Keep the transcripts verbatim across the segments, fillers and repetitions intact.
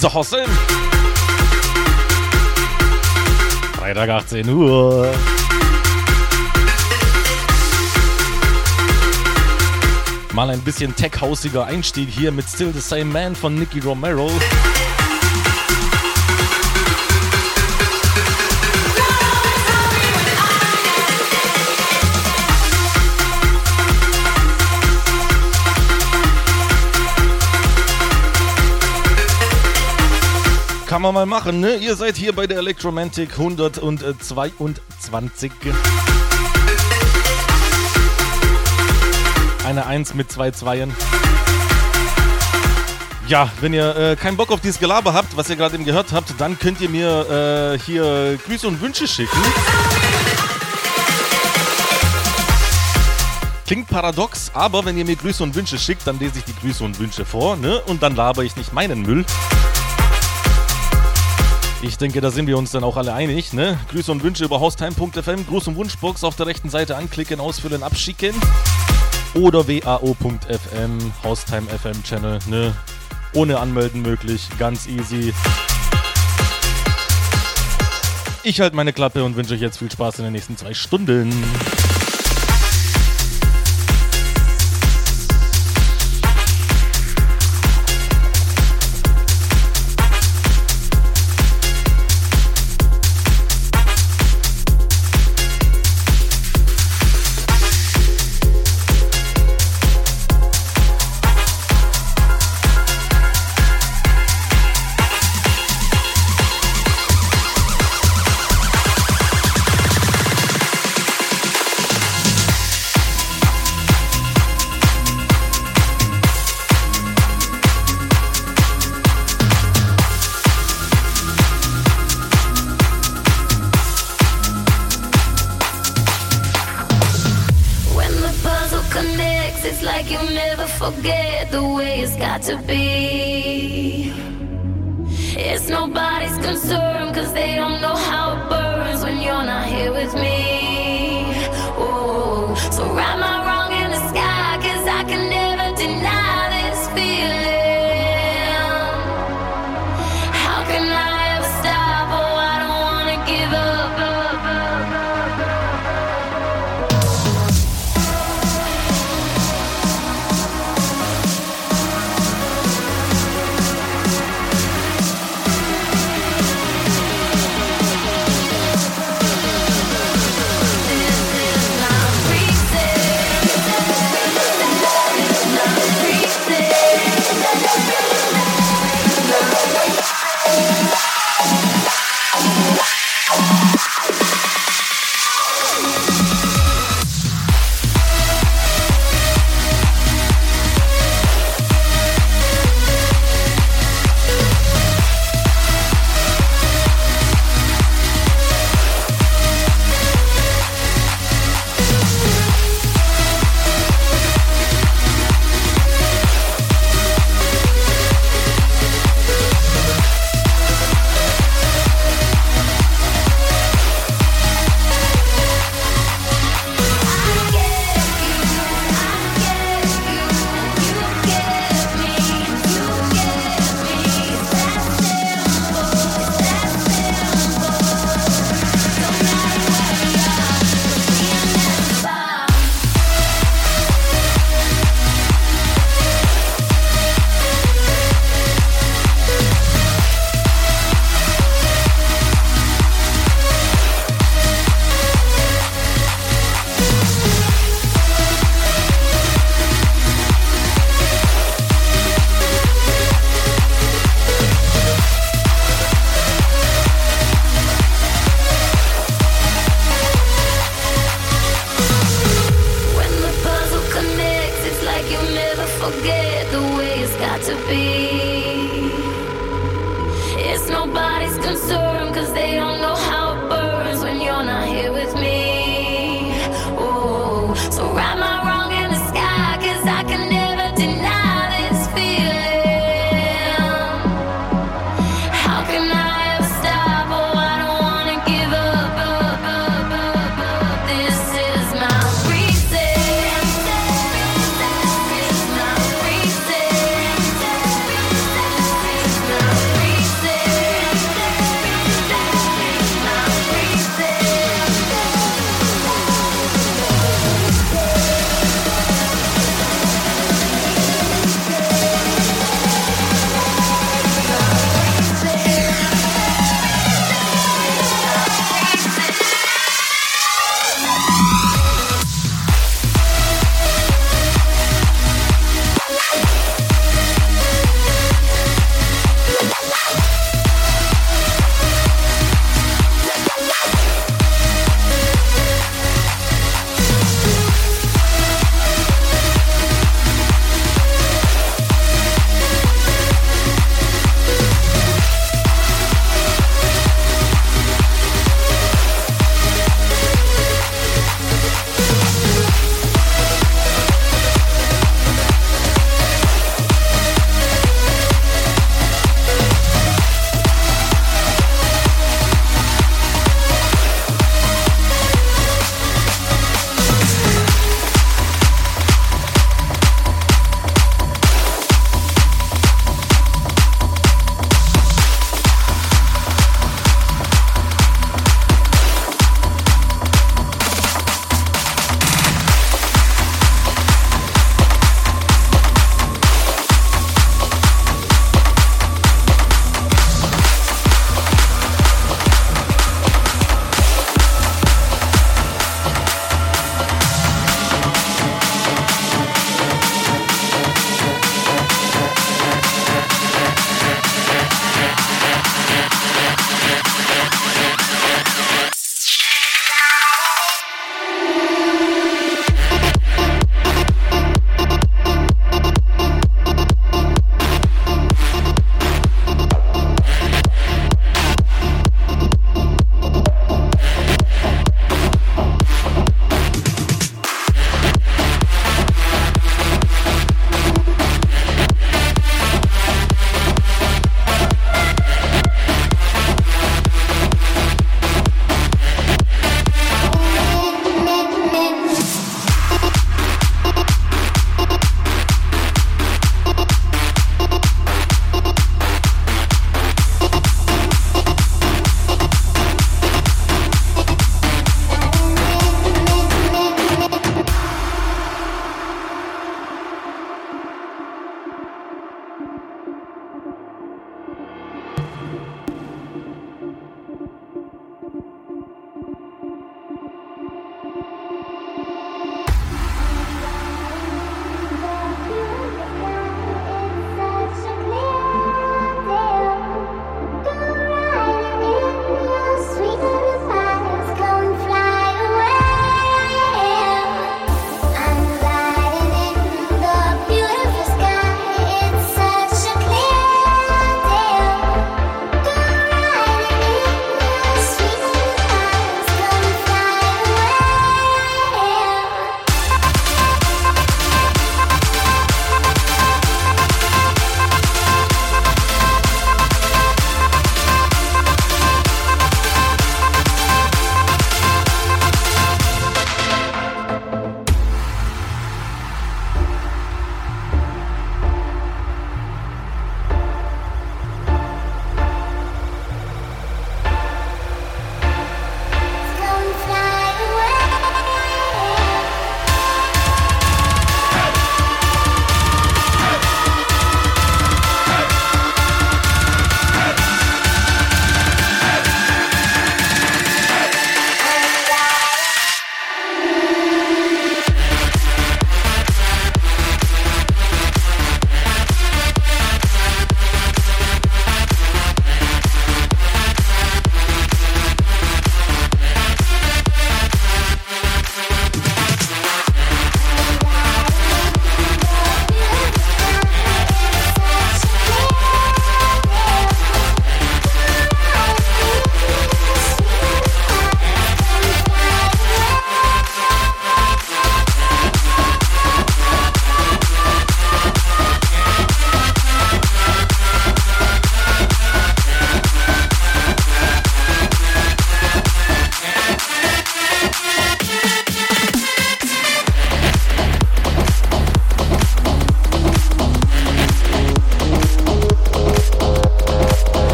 The Hustle. Freitag achtzehn Uhr. Mal ein bisschen tech-hausiger Einstieg hier mit Still the Same Man von Nicky Romero. Kann man mal machen, ne? Ihr seid hier bei der Electromantic hundertzweiundzwanzig. Eine eins mit zwei Zweien. Ja, wenn ihr äh, keinen Bock auf dieses Gelaber habt, was ihr gerade eben gehört habt, dann könnt ihr mir äh, hier Grüße und Wünsche schicken. Klingt paradox, aber wenn ihr mir Grüße und Wünsche schickt, dann lese ich die Grüße und Wünsche vor, ne? Und dann laber ich nicht meinen Müll. Ich denke, da sind wir uns dann auch alle einig, ne? Grüße und Wünsche über haustime punkt f m, Gruß- und Wunschbox auf der rechten Seite anklicken, ausfüllen, abschicken. Oder w a o punkt f m, Haustime F M Channel, ne? Ohne Anmelden möglich, ganz easy. Ich halte meine Klappe und wünsche euch jetzt viel Spaß in den nächsten zwei Stunden. To be, it's nobody's concern, cause they don't know how it burns when you're not here with me. Oh, so write my wrong in the sky, cause I can never deny this feeling. How can I ever stop? Oh, I don't wanna give up. Free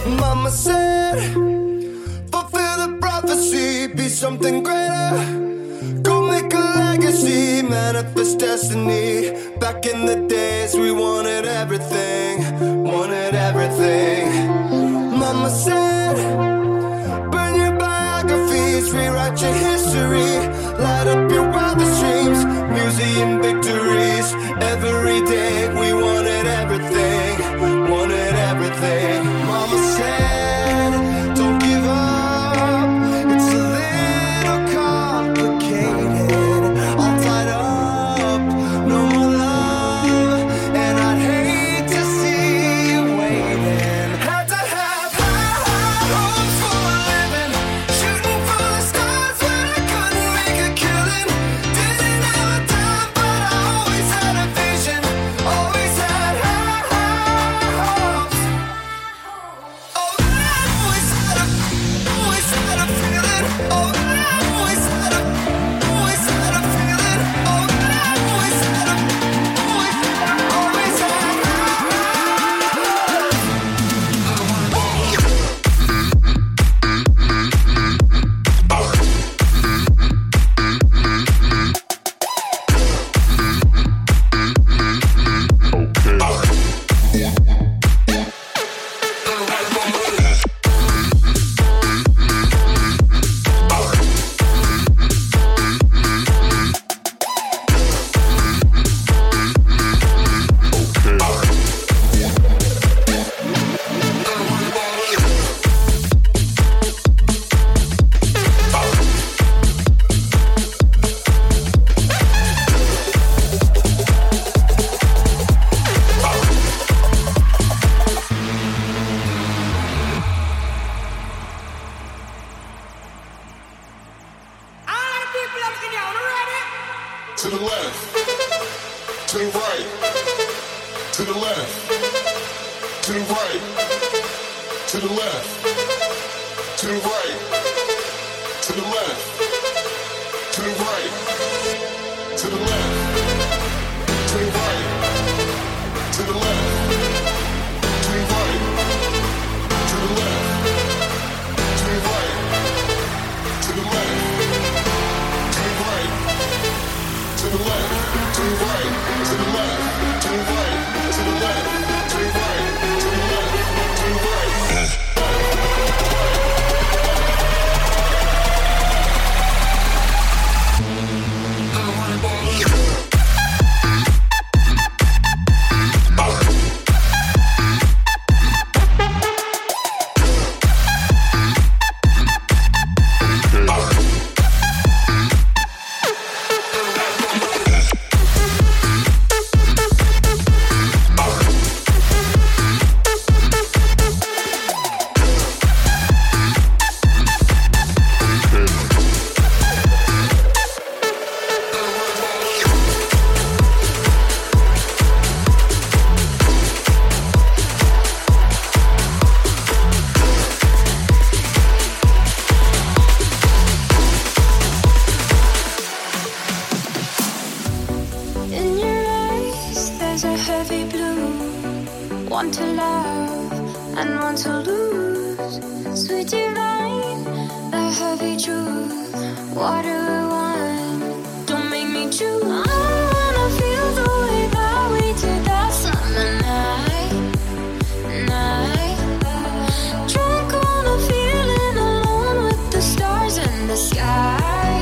Mama said, fulfill the prophecy, be something greater. Go make a legacy, manifest destiny. Back in the days we wanted everything, wanted everything. Mama said, burn your biographies, rewrite your history. Light up your wildest dreams, museum victories. Every day we wanted everything, wanted everything. Mama said, don't give up, it's a little complicated. All tied up, no more love, and I'd hate to see you waiting. Had to have high, high hopes for a living, shooting for the stars when I couldn't make a killing. Didn't have a time, but I always had a vision, always had high, high hopes. Oh, I always had a, always had a feeling. Oh, I always had a, always had a feeling. Oh, I always had a, always, always had To the left, to the right, to the left, to the right, to the left, to the right, to the left, to the right, to the left, to the right, to the left, to the right, to the left, to the right, to the left, to the right. To the left, to the right, to the left, to the right, to the left, to the right, to the left, to the right. Want to love and want to lose. Sweet divine, the heavy truth. What do I want? Don't make me choose. I wanna feel the way that we did that summer night. Night. Drunk on a feeling alone with the stars in the sky.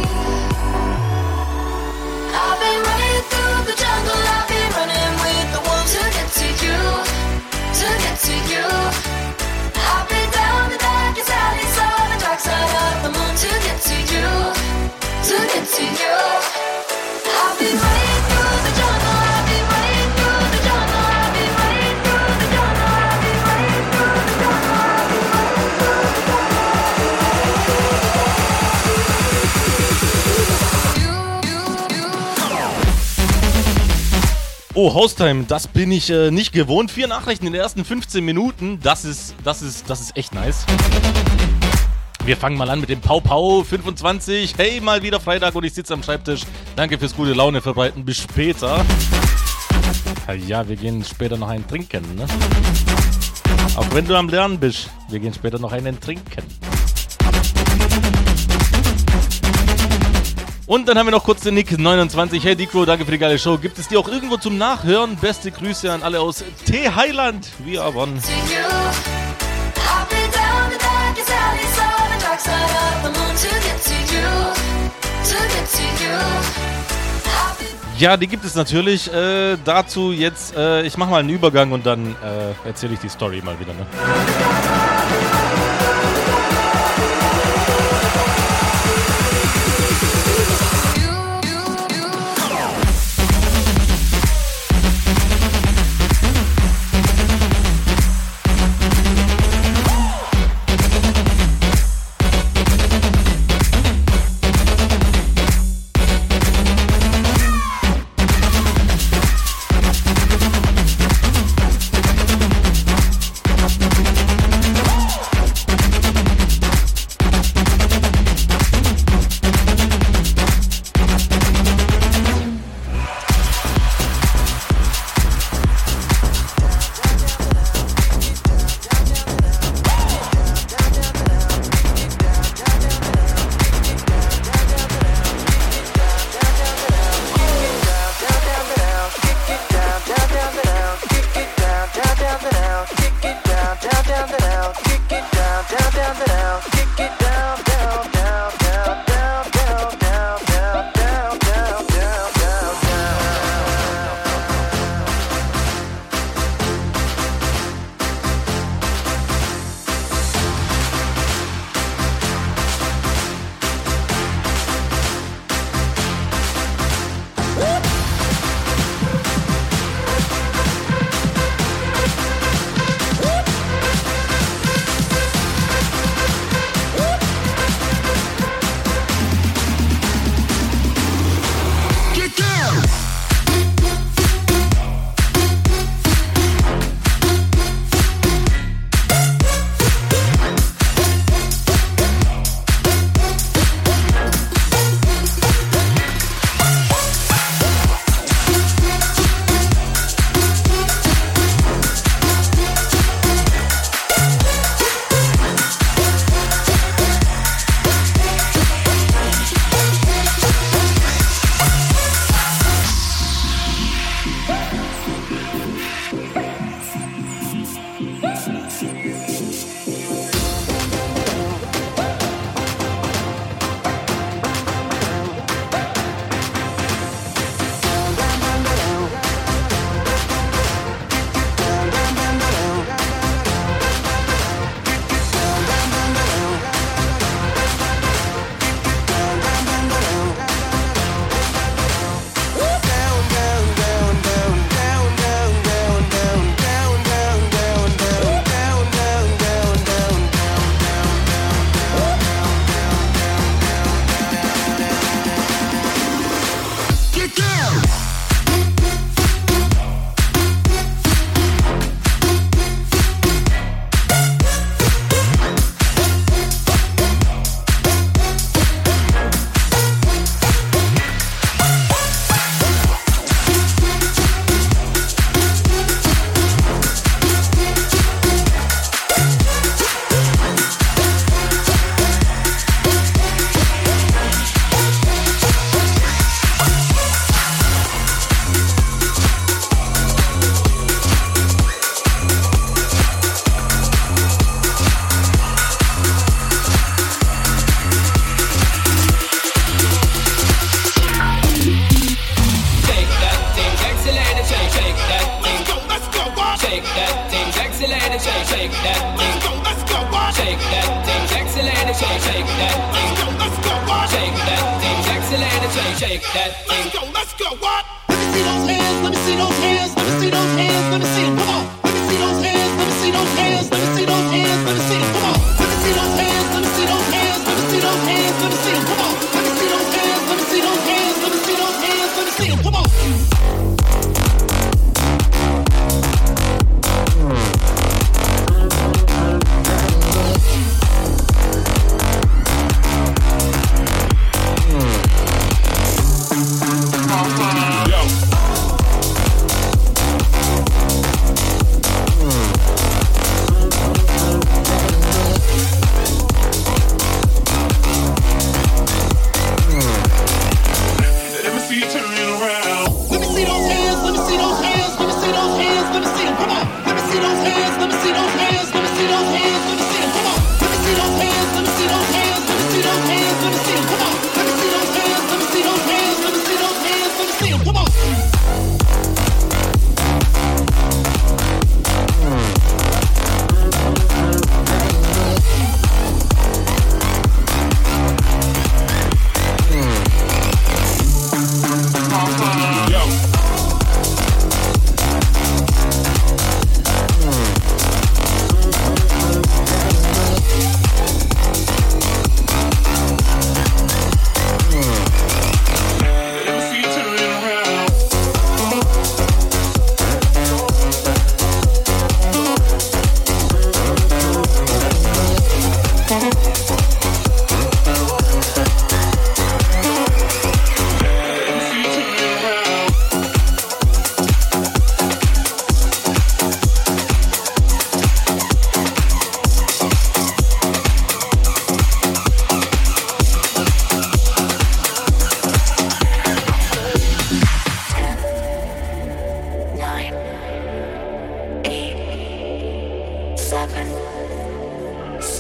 I've been running through the jungle. I've been running with the wolves to get to you. To get to you, I've been down the darkest alleys on the dark side of the moon. To get to you, to get to you, I've been running through the jungle. I've been running through the jungle. I've been running through the jungle. I've been running through the jungle. I've been running through the Oh, Haustime, das bin ich äh, nicht gewohnt. Vier Nachrichten in den ersten fünfzehn Minuten. Das ist, das ist, das ist echt nice. Wir fangen mal an mit dem Pau Pau fünfundzwanzig. Hey, mal wieder Freitag und ich sitze am Schreibtisch. Danke fürs gute Laune verbreiten. Bis später. Ja, wir gehen später noch einen trinken, ne? Auch wenn du am Lernen bist. Wir gehen später noch einen trinken. Und dann haben wir noch kurz den Nick neunundzwanzig. Hey Dicro, danke für die geile Show. Gibt es die auch irgendwo zum Nachhören? Beste Grüße an alle aus T-Highland. Wir are one. Ja, die gibt es natürlich. Äh, dazu jetzt, äh, ich mache mal einen Übergang und dann äh, erzähle ich die Story mal wieder. Ne?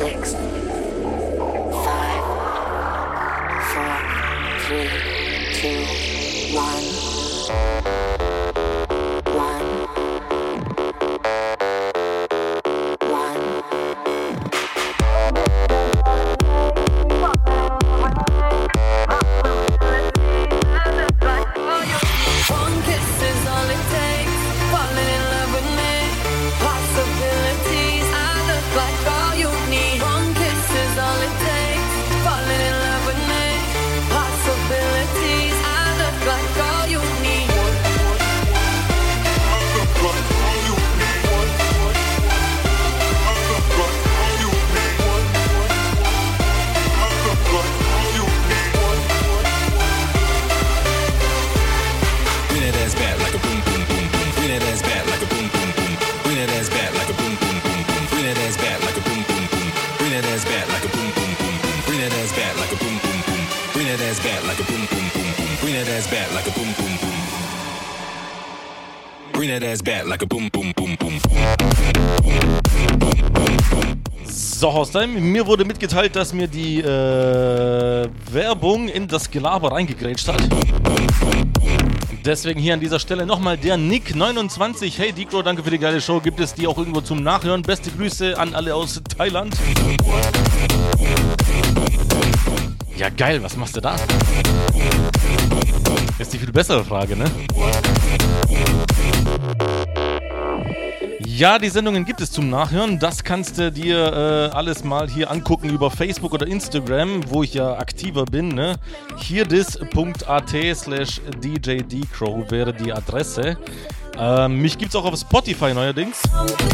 six, five, four, three, two, one, one, one. One kiss is all it takes, falling in love with me. Possibilities, I look like all you need. One kiss is all it takes, falling in love with me. Possibilities, I look like all you need. I look like all you need. I look like all you need. I look like all you need. Bring that ass back like a boom boom boom boom. Bring that ass back like a boom boom boom boom. Bring that ass back like a boom boom boom boom. Bring that ass back like a boom boom boom. Bring that ass back like a boom boom boom boom. Bring that ass back like a boom boom boom. Bring that ass back like a boom boom boom boom. Bring that ass back like a boom boom boom. Bring that ass back like a boom boom boom boom. So, Haustime, mir wurde mitgeteilt, dass mir die äh, Werbung in das Gelaber reingegrätscht hat. Deswegen hier an dieser Stelle nochmal der Nick neunundzwanzig. Hey Dicro, danke für die geile Show. Gibt es die auch irgendwo zum Nachhören? Beste Grüße an alle aus Thailand. Ja geil, was machst du da? Ist die viel bessere Frage, ne? Ja, die Sendungen gibt es zum Nachhören. Das kannst du dir äh, alles mal hier angucken über Facebook oder Instagram, wo ich ja aktiver bin. Ne? Hierdis.at slash djdcrow wäre die Adresse. Ähm, mich gibt's auch auf Spotify neuerdings.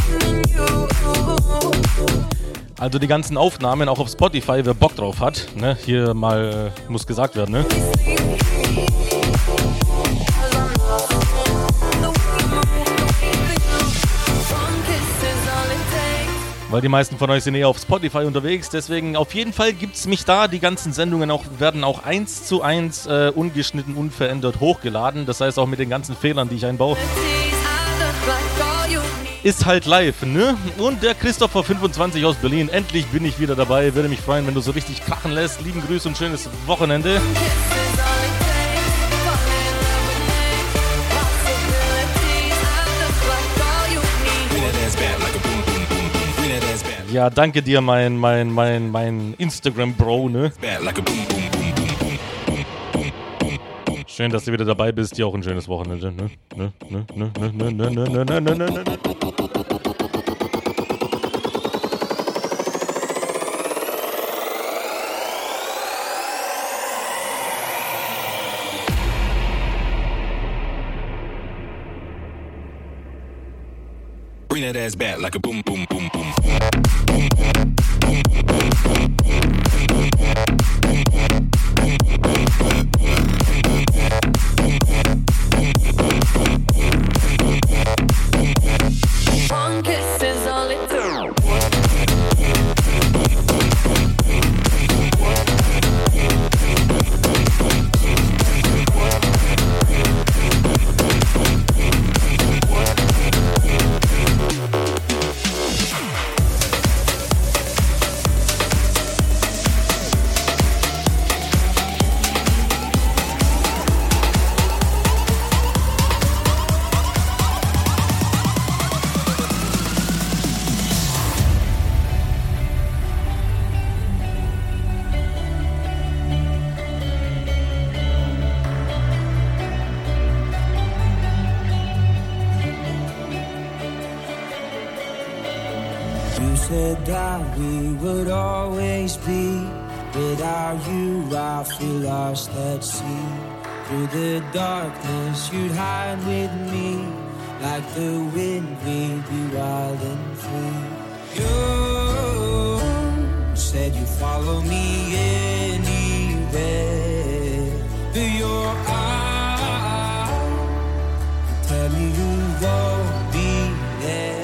Also die ganzen Aufnahmen auch auf Spotify, wer Bock drauf hat. Ne? Hier mal äh, muss gesagt werden, ne? Weil die meisten von euch sind eher auf Spotify unterwegs, deswegen auf jeden Fall gibt's mich da. Die ganzen Sendungen auch, werden auch eins zu eins äh, ungeschnitten, unverändert hochgeladen. Das heißt auch mit den ganzen Fehlern, die ich einbaue. Ist halt live, ne? Und der Christopher fünfundzwanzig aus Berlin. Endlich bin ich wieder dabei. Würde mich freuen, wenn du so richtig krachen lässt. Lieben Grüße und schönes Wochenende. Ja, danke dir, mein, mein, mein, mein Instagram-Bro, ne? Schön, dass du wieder dabei bist. Dir auch ein schönes Wochenende, ne? Ne, ne, ne, ne, ne, ne, ne, ne, ne, ne, ne, ne. Bring that ass back like a boom boom boom boom. One kiss is all it takes. said that we would always be. Without you, I feel lost at sea. Through the darkness, you'd hide with me. Like the wind, we'd be wild and free. You said you'd follow me anywhere. Through your eyes, tell me you won't be there.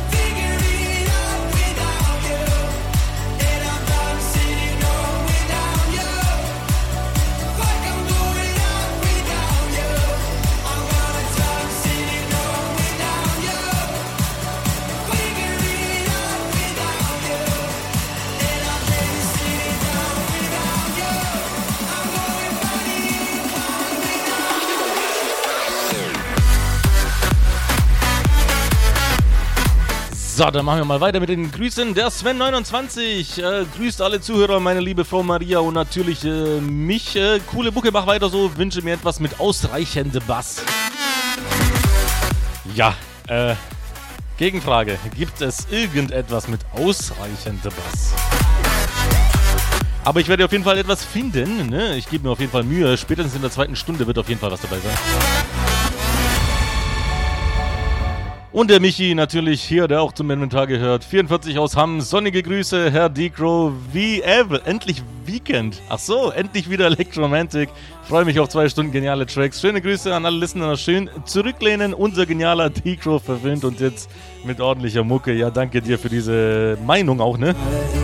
Without So, dann machen wir mal weiter mit den Grüßen. Der Sven neunundzwanzig äh, grüßt alle Zuhörer, meine liebe Frau Maria und natürlich äh, mich. Äh, coole Mucke, mach weiter so. Wünsche mir etwas mit ausreichendem Bass. Ja, äh, Gegenfrage. Gibt es irgendetwas mit ausreichendem Bass? Aber ich werde auf jeden Fall etwas finden, ne? Ich gebe mir auf jeden Fall Mühe. Spätestens in der zweiten Stunde wird auf jeden Fall was dabei sein. Und der Michi natürlich hier, der auch zum Inventar gehört. vierundvierzig aus Hamm. Sonnige Grüße, Herr Decro. Wie ever. Endlich Weekend. Ach so, endlich wieder Electromantic. Freue mich auf zwei Stunden geniale Tracks. Schöne Grüße an alle Listener. Schön zurücklehnen. Unser genialer Decro verwöhnt uns jetzt mit ordentlicher Mucke. Ja, danke dir für diese Meinung auch, ne?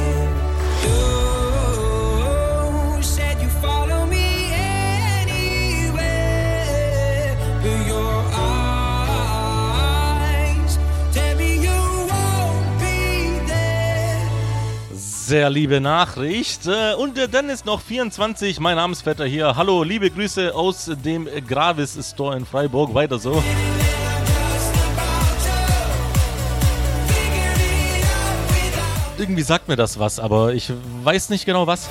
Sehr liebe Nachricht. Und der Dennis noch vierundzwanzig, mein Namensvetter hier. Hallo, liebe Grüße aus dem Gravis Store in Freiburg. Weiter so. Irgendwie sagt mir das was, aber ich weiß nicht genau was.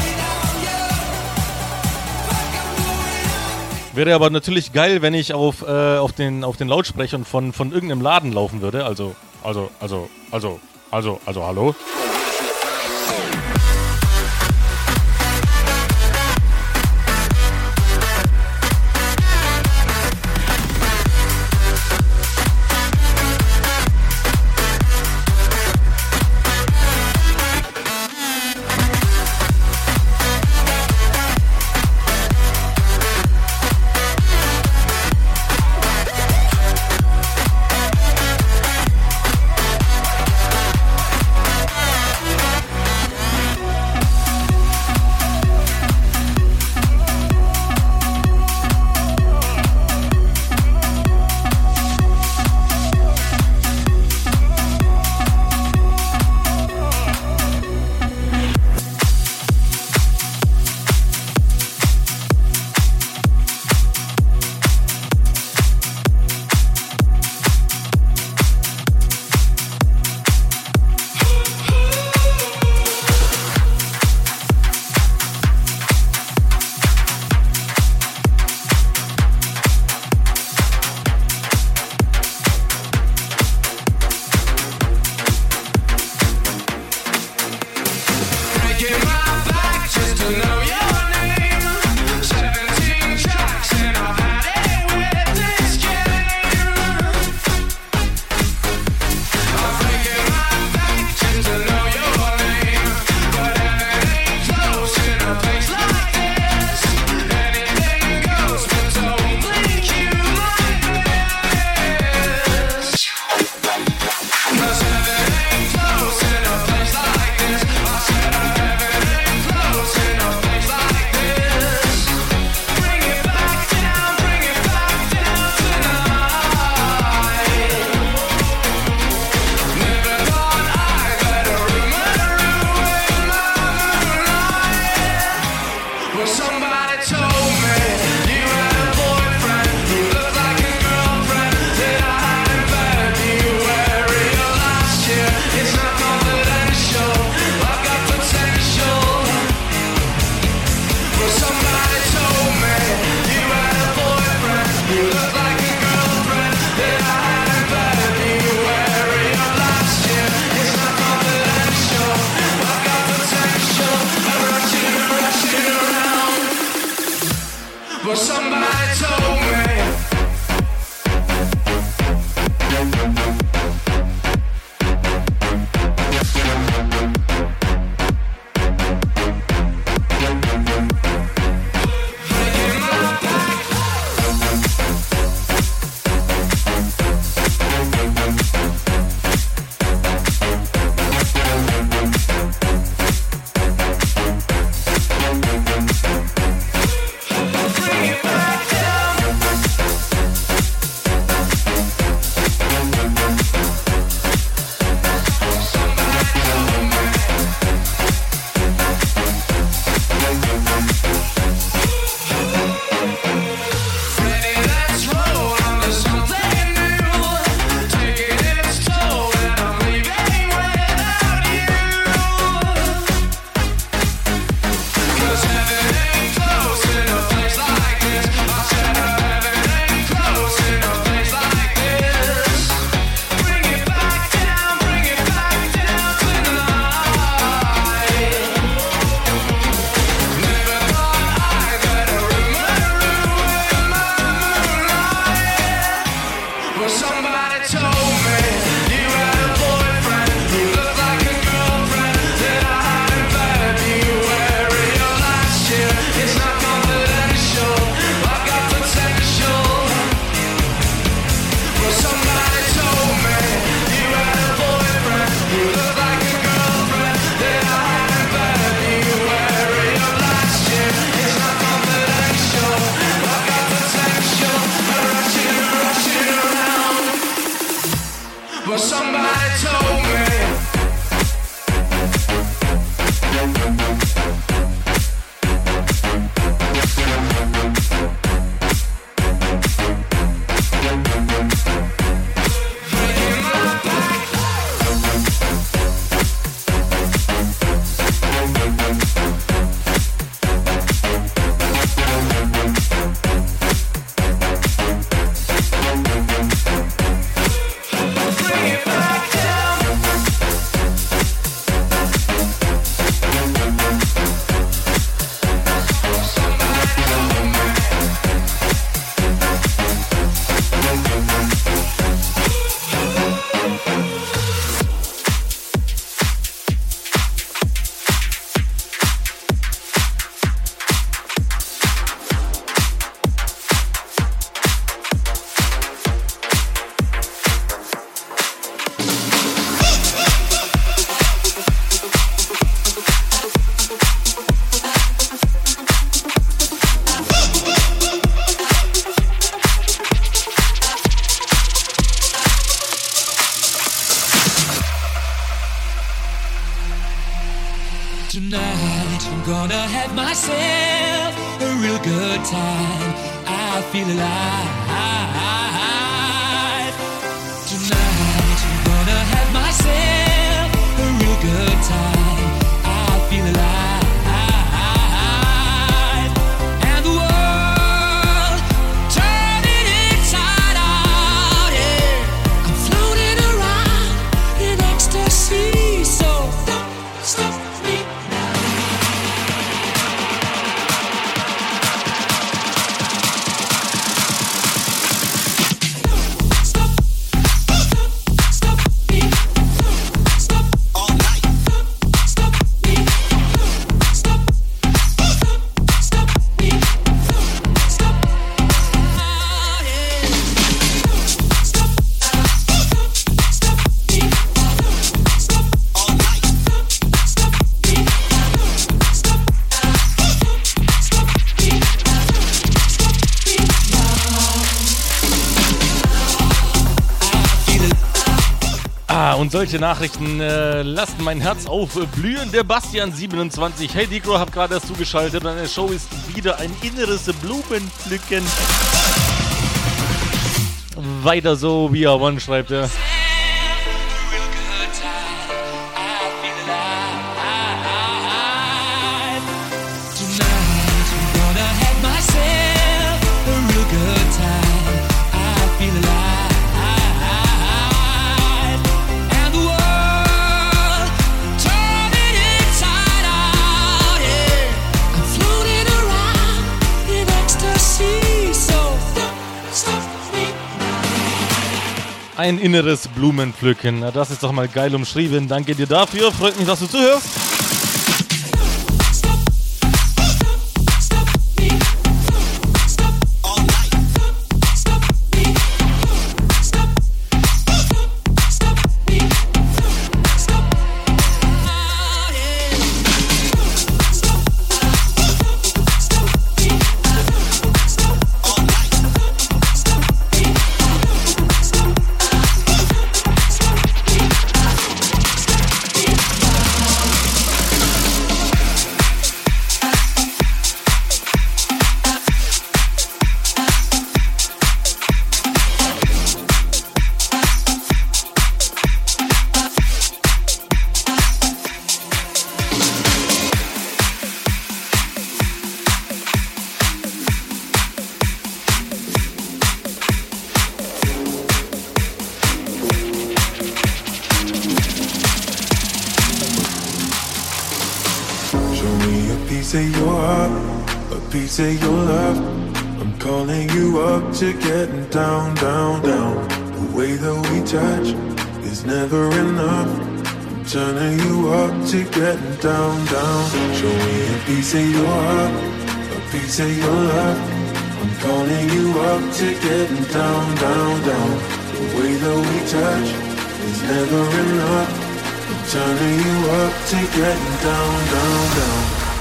Wäre aber natürlich geil, wenn ich auf, äh, auf, den, auf den Lautsprechern von, von irgendeinem Laden laufen würde. Also, also, also, also, also, also, hallo? gonna have myself a real good time. I feel alive. Tonight I'm gonna have myself a real good time. I feel alive. And the world turning inside out, yeah. I'm floating around in ecstasy, so don't stop me now. Und solche Nachrichten äh, lassen mein Herz aufblühen. Der Bastian siebenundzwanzig. Hey Dicro, hab gerade erst zugeschaltet. Meine Show ist wieder ein inneres Blumenpflücken. Weiter so, wie er One schreibt er. Ein inneres Blumenpflücken. Na, das ist doch mal geil umschrieben. Danke dir dafür. Freut mich, dass du zuhörst. Say your love, I'm calling you up to getting down, down, down. The way that we touch is never enough. I'm turning you up to getting down, down. Show me a piece of your heart, a piece of your love. I'm calling you up to getting down, down, down. The way that we touch is never enough. I'm turning you up to getting down, down, down.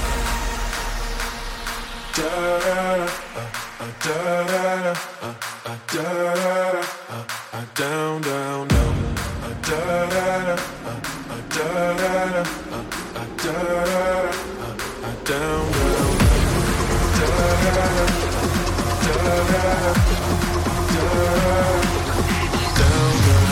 Da da da, uh, da da da, uh, da da da, uh, down down down, uh, da da da, uh, da da da, uh, da da da, uh, down down, da da da, da da da, da da down down.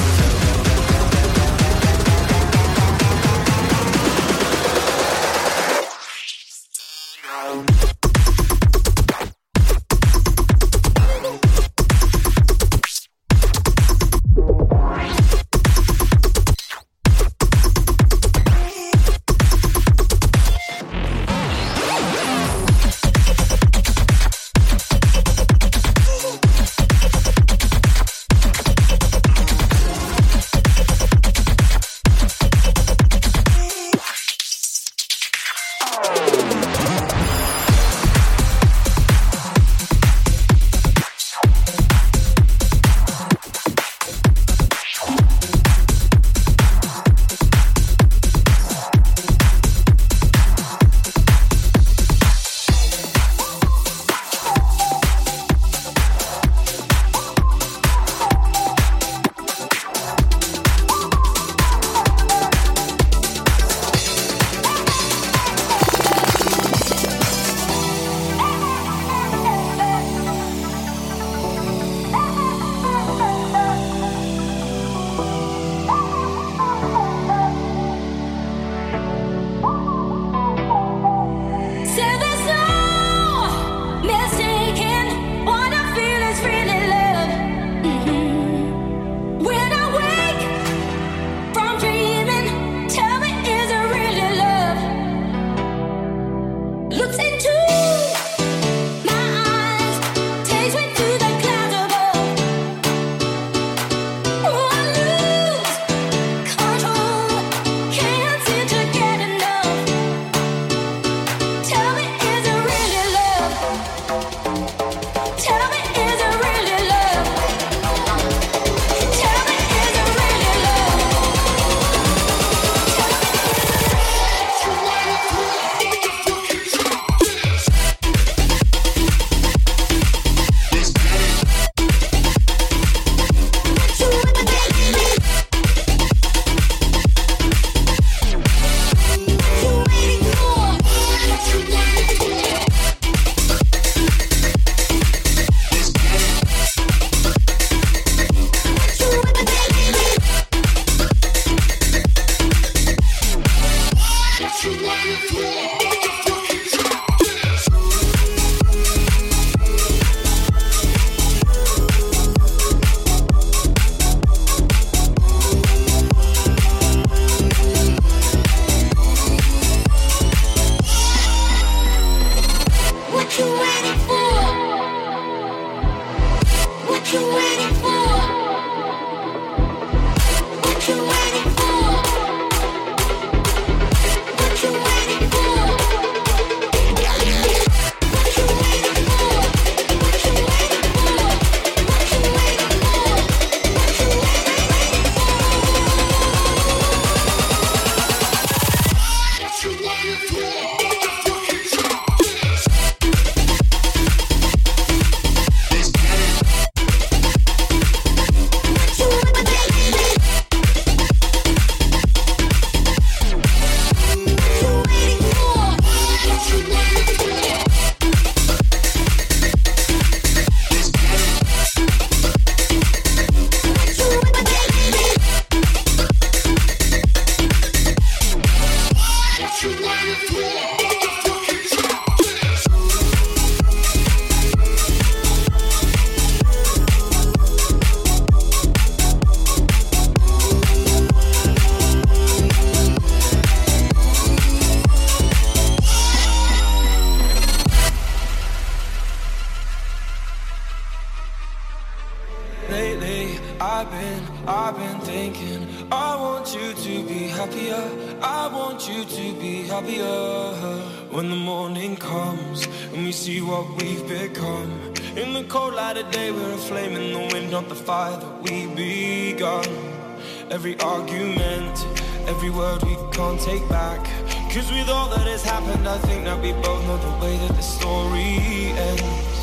I've been, I've been thinking I want you to be happier, I want you to be happier. When the morning comes and we see what we've become, in the cold light of day we're a flame in the wind, not the fire that we begun. Every argument, every word we can't take back, cause with all that has happened I think that we both know the way that the story ends.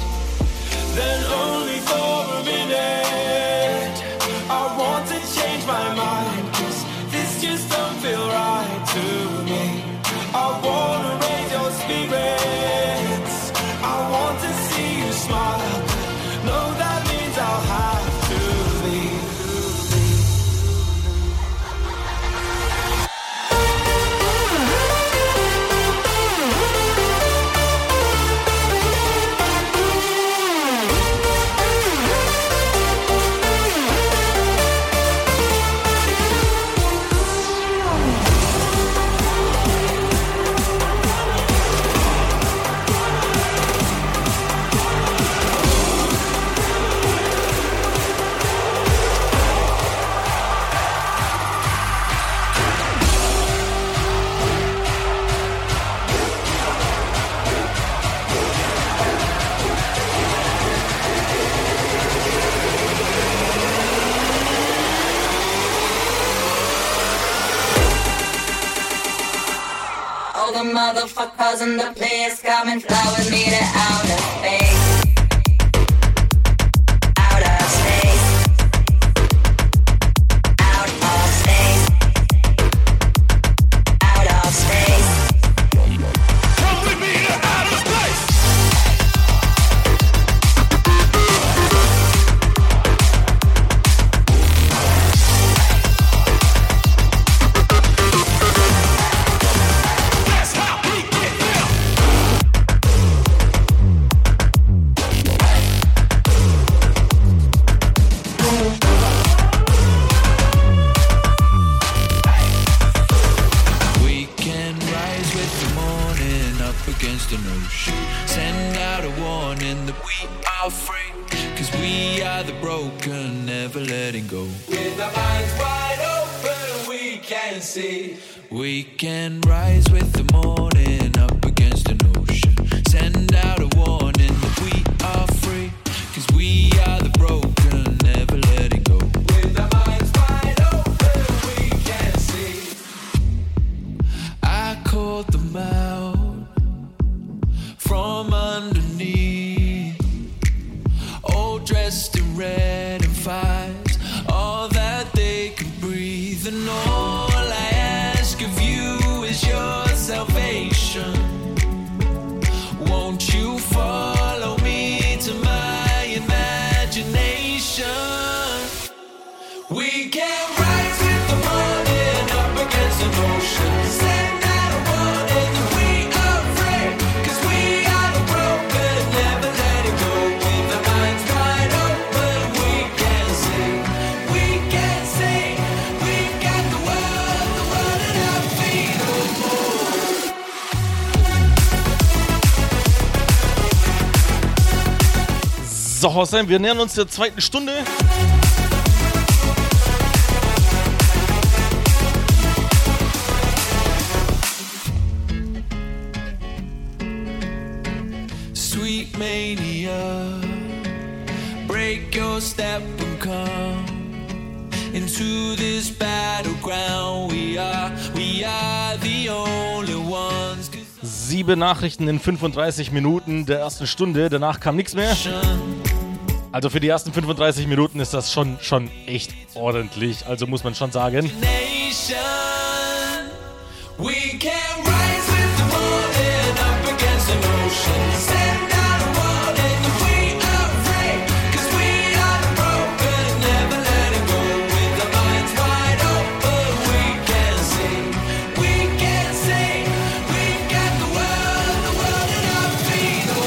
Then only for a minute I want to change my mind, cause this just don't feel right to me. I wanna raise your spirits, I want to see you smile, but no, that means I'll have to leave. The motherfuckers in the place come and fly with me to outer space. Outer space. Out of space. Out of space. Come with me to outer space. Send out a warning that we are free, 'cause we are the broken, never letting go. With our minds wide open, we can see. We can rise with the morning up against an ocean. Send out a warning that we are free, 'cause we are the broken, never letting go. With our minds wide open, we can see. I called them out from underneath, all dressed in red and fires, all that they can breathe. And all I ask of you is your salvation. Won't you follow me to my imagination? We can rise with the morning up against an ocean. Send out a warning that we are free, 'cause we are the broken, never letting go. With our minds wide open, we can see, we can see, we got the world, the world at our feet, oh, oh. So, Hossein, wir nähern uns der zweiten Stunde. Sweet mania, break your step and come into this battleground. We are, we are the only ones. Sieben Nachrichten in fünfunddreißig Minuten der ersten Stunde, danach kam nichts mehr. Also für die ersten fünfunddreißig Minuten ist das schon, schon echt ordentlich, also muss man schon sagen. We can rise with the morning up against an ocean. Send out a warning that we are free, 'cause we are the broken, never letting go. With our minds wide open, we can see, we can see, we got the world, the world at our feet, oh,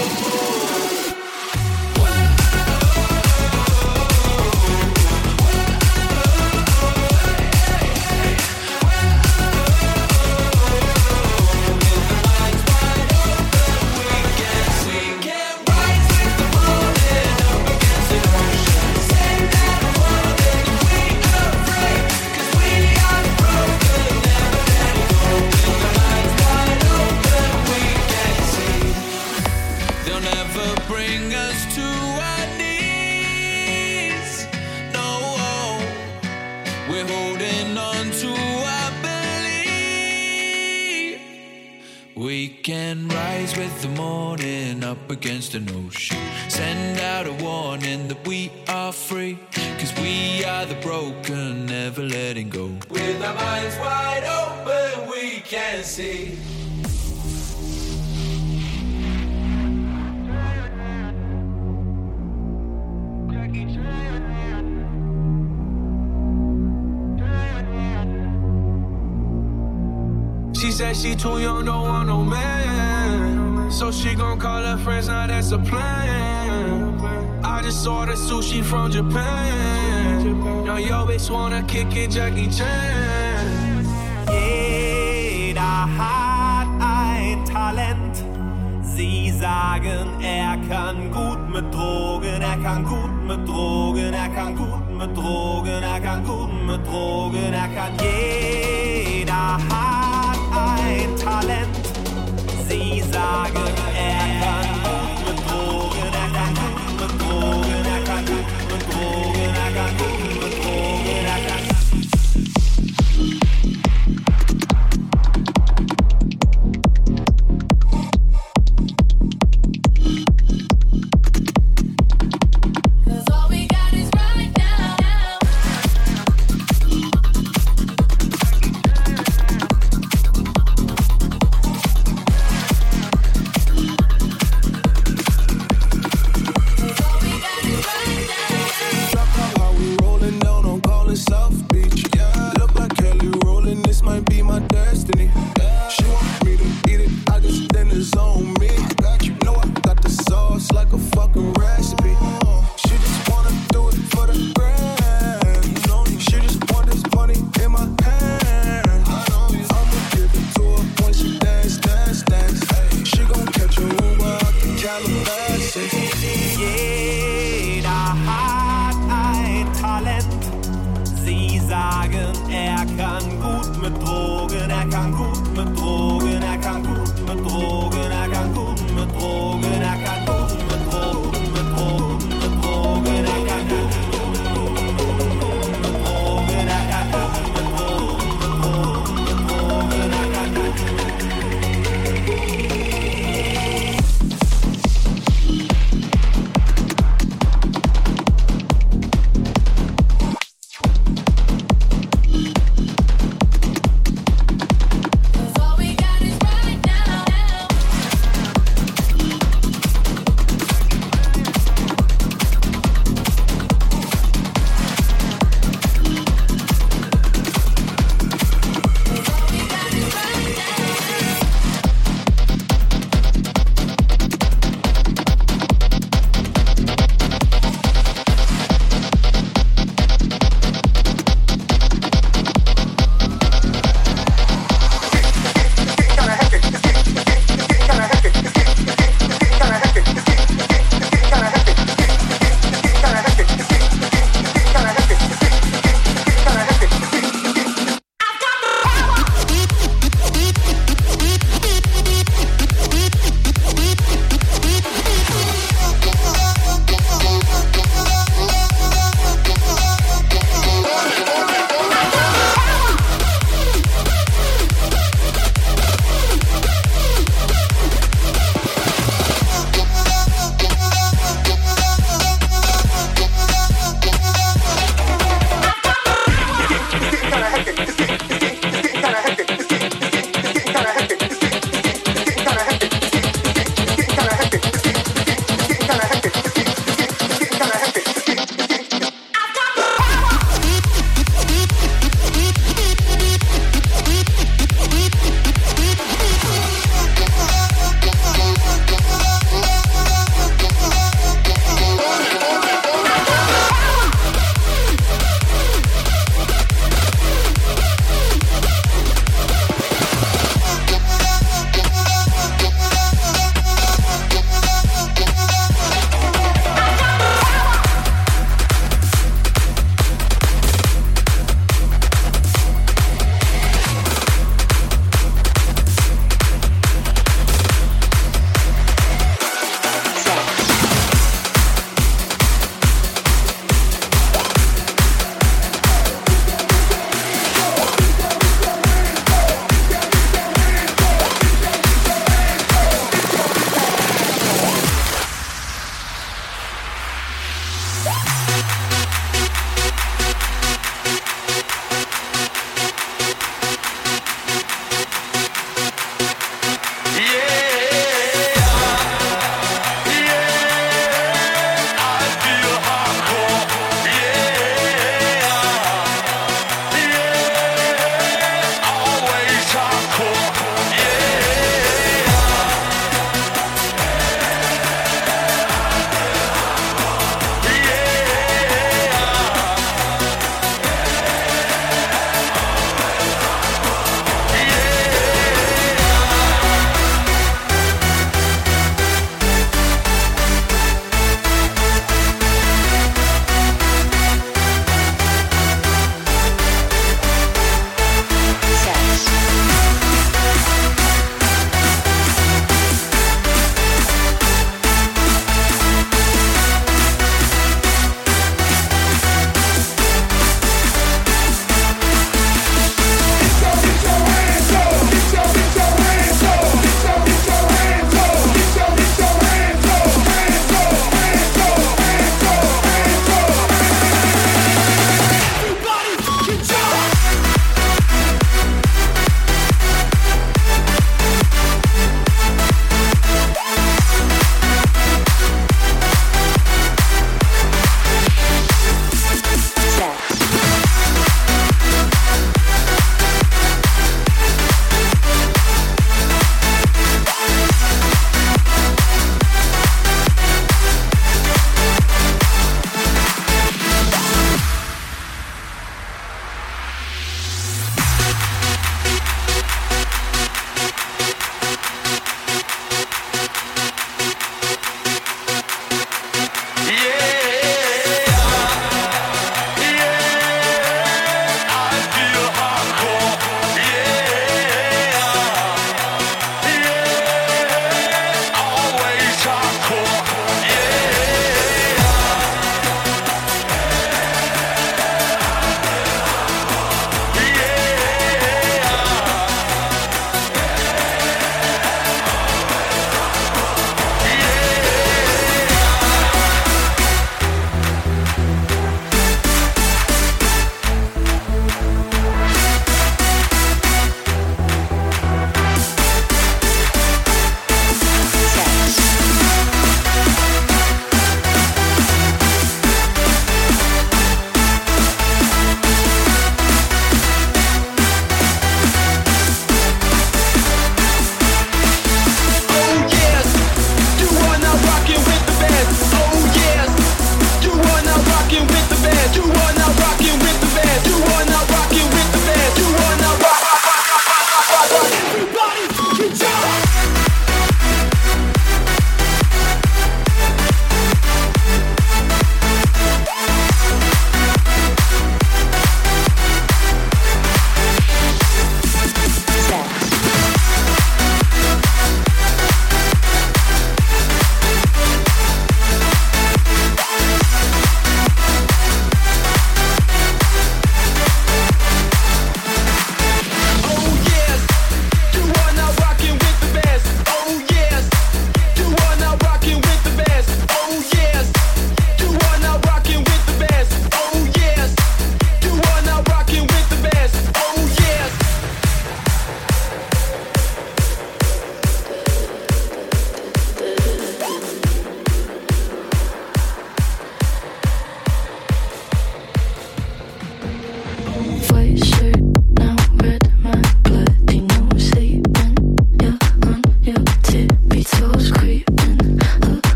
we can rise with the morning up against an ocean. Send out a warning that we are free, 'cause we are the broken, never letting go. With our minds wide open, we can see. She said she too young, don't want no man, so she gon' call her friends, now that's a plan. I just ordered sushi from Japan. Now yo bitch wanna kick it, Jackie Chan. Jeder hat ein Talent. Sie sagen, er kann gut mit Drogen, er kann gut mit Drogen, er kann gut mit Drogen, er kann gut mit Drogen, er kann. Jeder hat ein Talent. Sie sagen, er kann gut mit Drogen, er kann gut mit Drogen, er kann gut mit Drogen, er kann gut mit Drogen, er kann. calabash. Jeder hat ein Talent. Sie sagen, er kann gut mit Drogen, er kann gut mit Drogen, er kann gut mit Drogen, er kann gut mit Drogen, er kann gut mit Drogen, mit Drogen, mit Drogen, er kann gut mit Drogen, mit Drogen, er kann gut mit Drogen, mit Drogen, mit Drogen, er kann gut.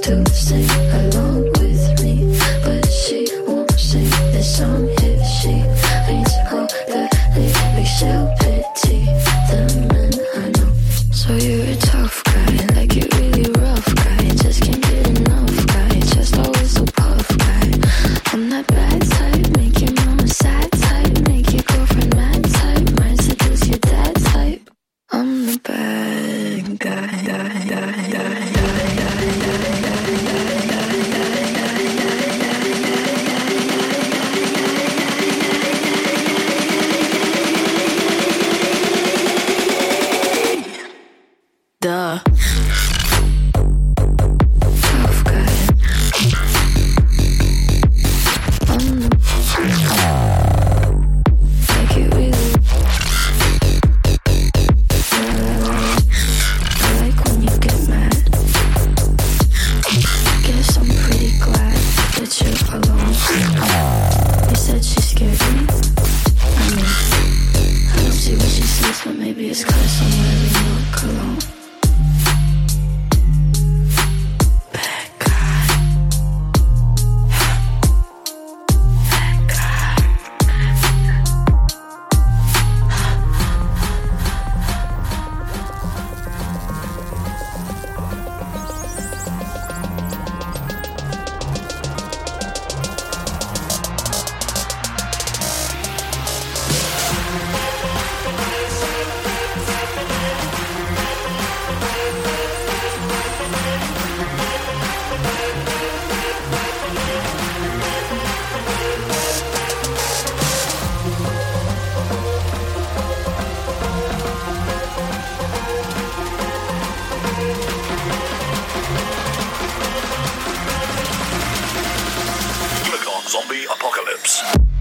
to sing along with me, but she won't sing this song if she reads all the lyrics. She'll pity the men I know. So you're a tough guy, like you're really rough guy. Just can't get enough guy, just always so puff guy. I'm that bad type, make your mama sad type, make your girlfriend mad type, might seduce your dad type. I'm the bad guy. Duh. Tough guy. I'm the like it really. I like when you get mad. Guess I'm pretty glad that you're alone. You said she scared me. I mean, I don't see what she sees, but maybe it's 'cause I'm wearing your cologne. Zombie Apocalypse.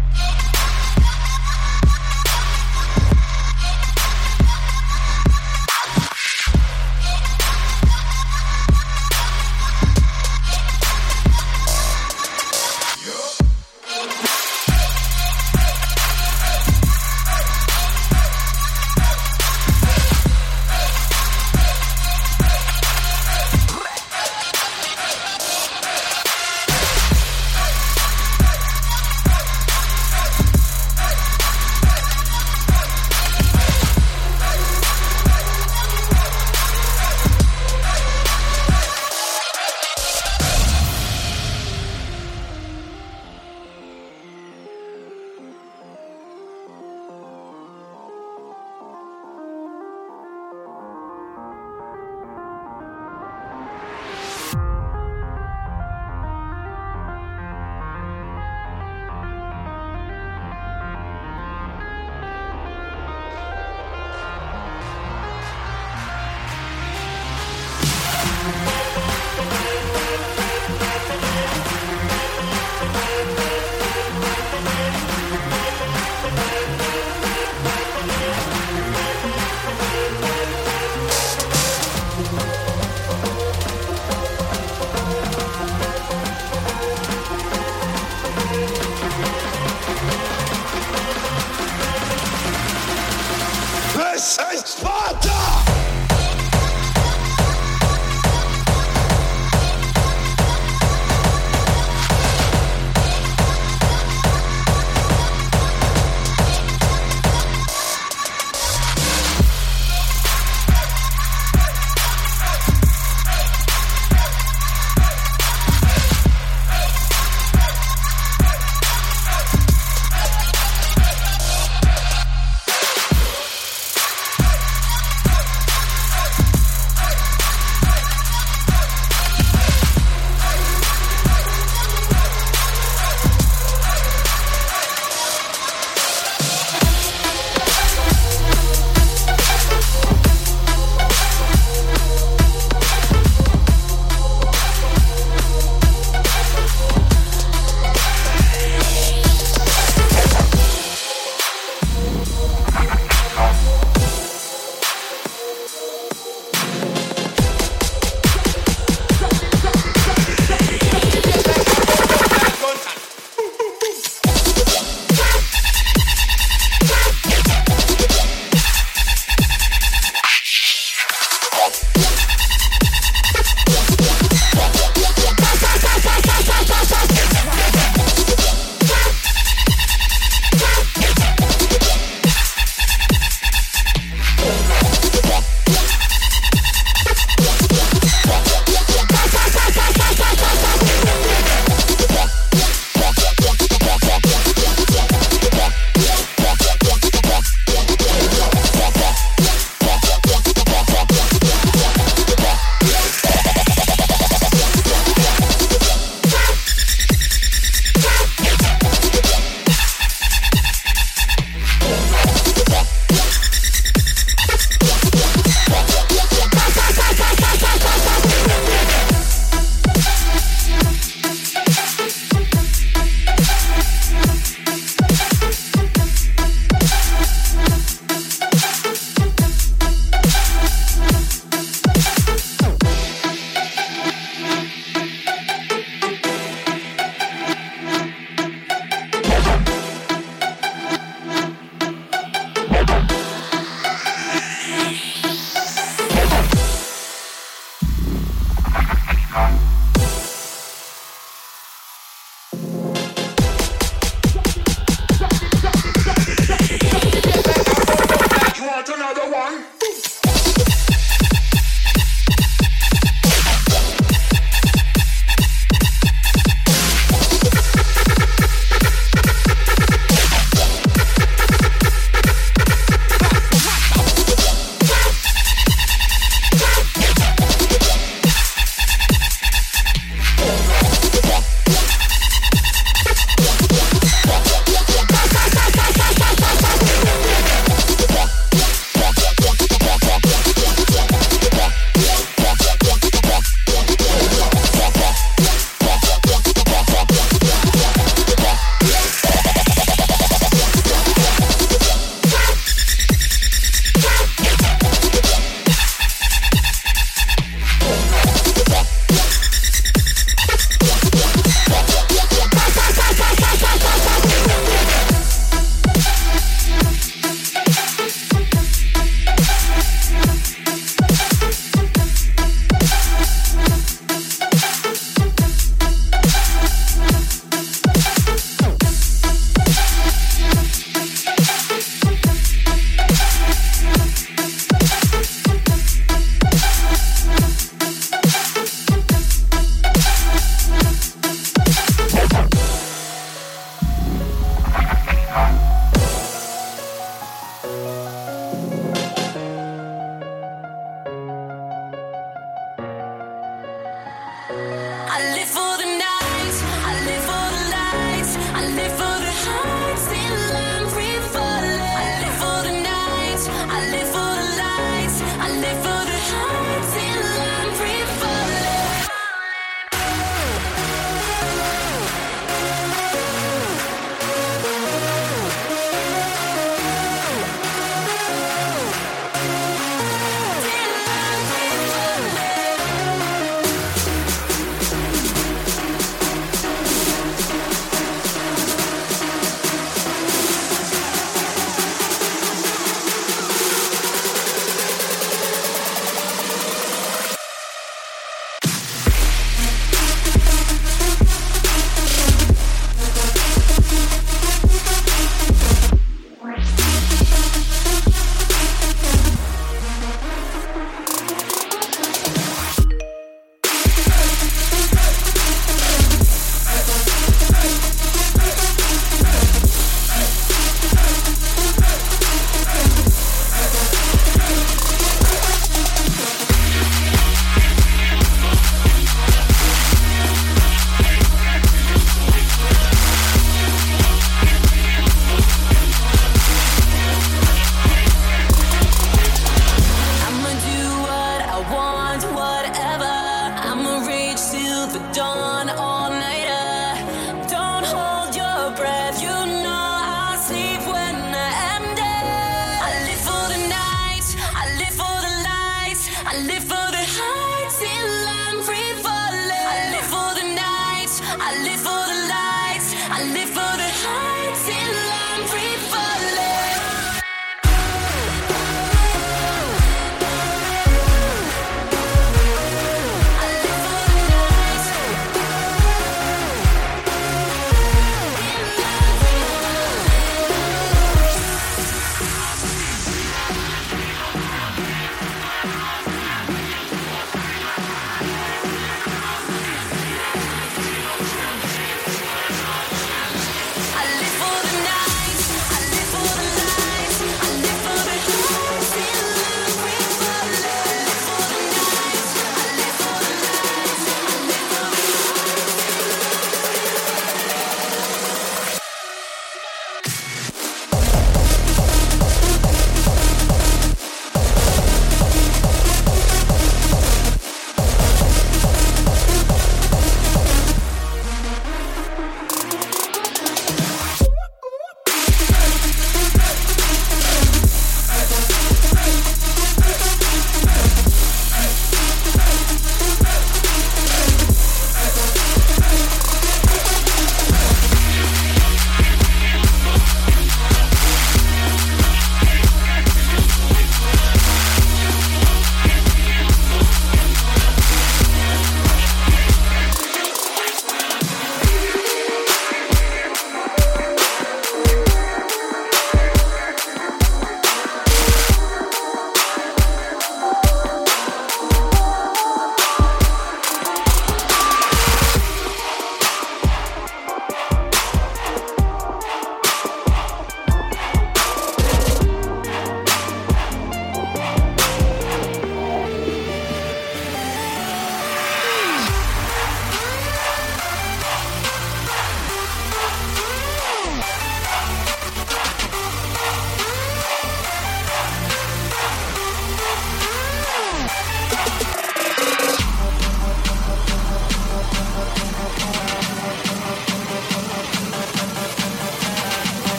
This is Sparta!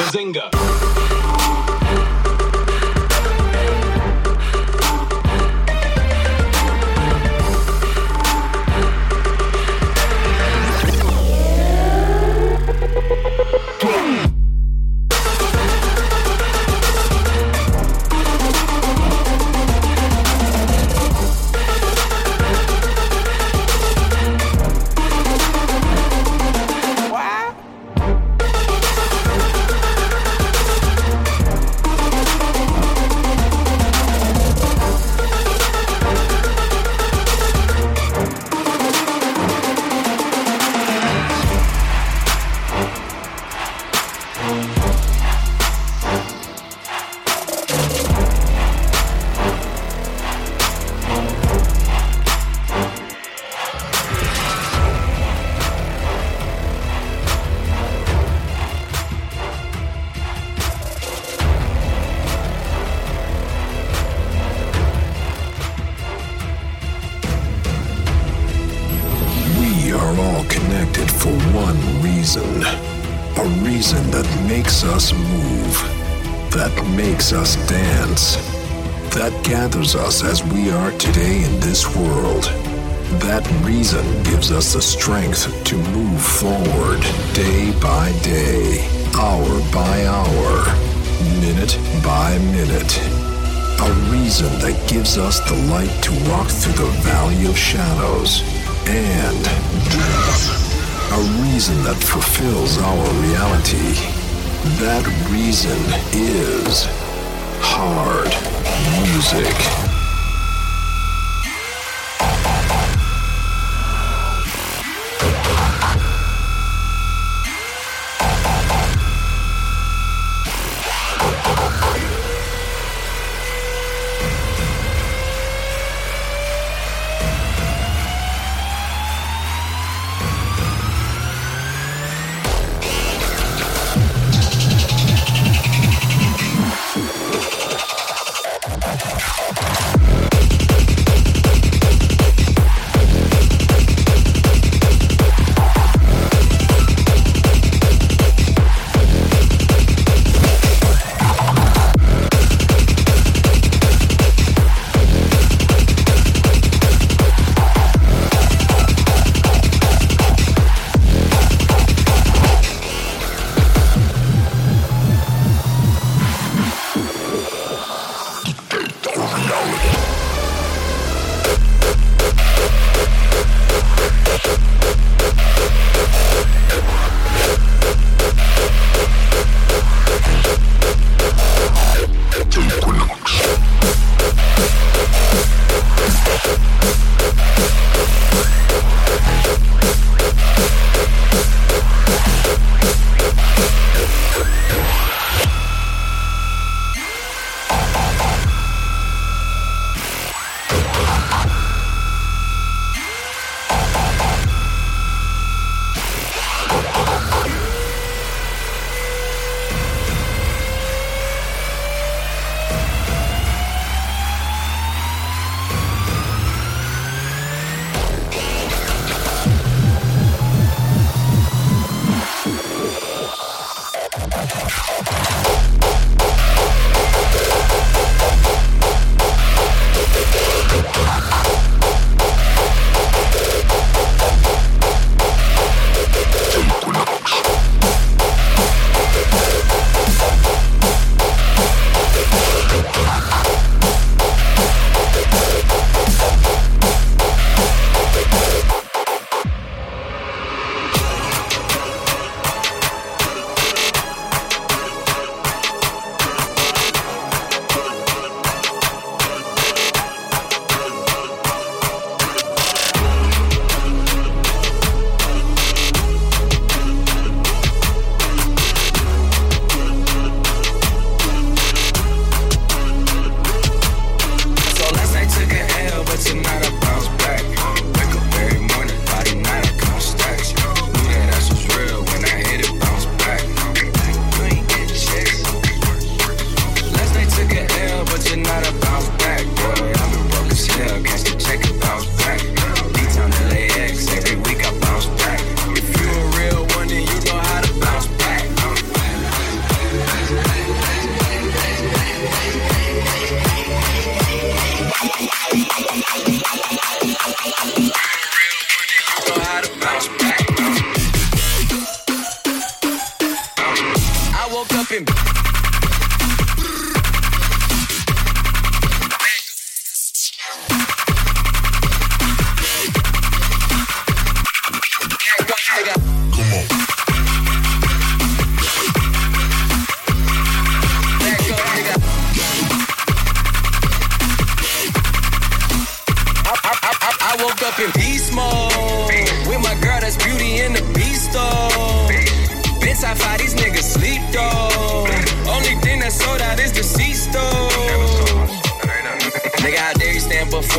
Bazinga. Us dance, that gathers us as we are today in this world. That reason gives us the strength to move forward day by day, hour by hour, minute by minute. A reason that gives us the light to walk through the valley of shadows and death. A reason that fulfills our reality. That reason is hard music.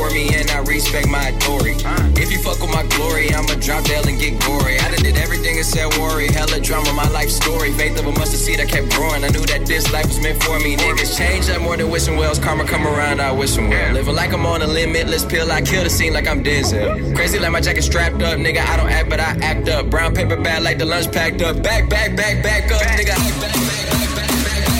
for me and I respect my authority. If you fuck with my glory, I'ma drop Dale and get gory. I done did everything and said worry, hella drama, my life story. Faith of a mustard seed, I kept growing. I knew that this life was meant for me. Niggas change up more than wishing wells. Karma come around, I wish them well. Living like I'm on a limitless pill, I kill the scene like I'm Denzel. Crazy like my jacket strapped up, nigga, I don't act but I act up. Brown paper bag like the lunch packed up. Back, back, back, back up, nigga. Back, back, back, back, back.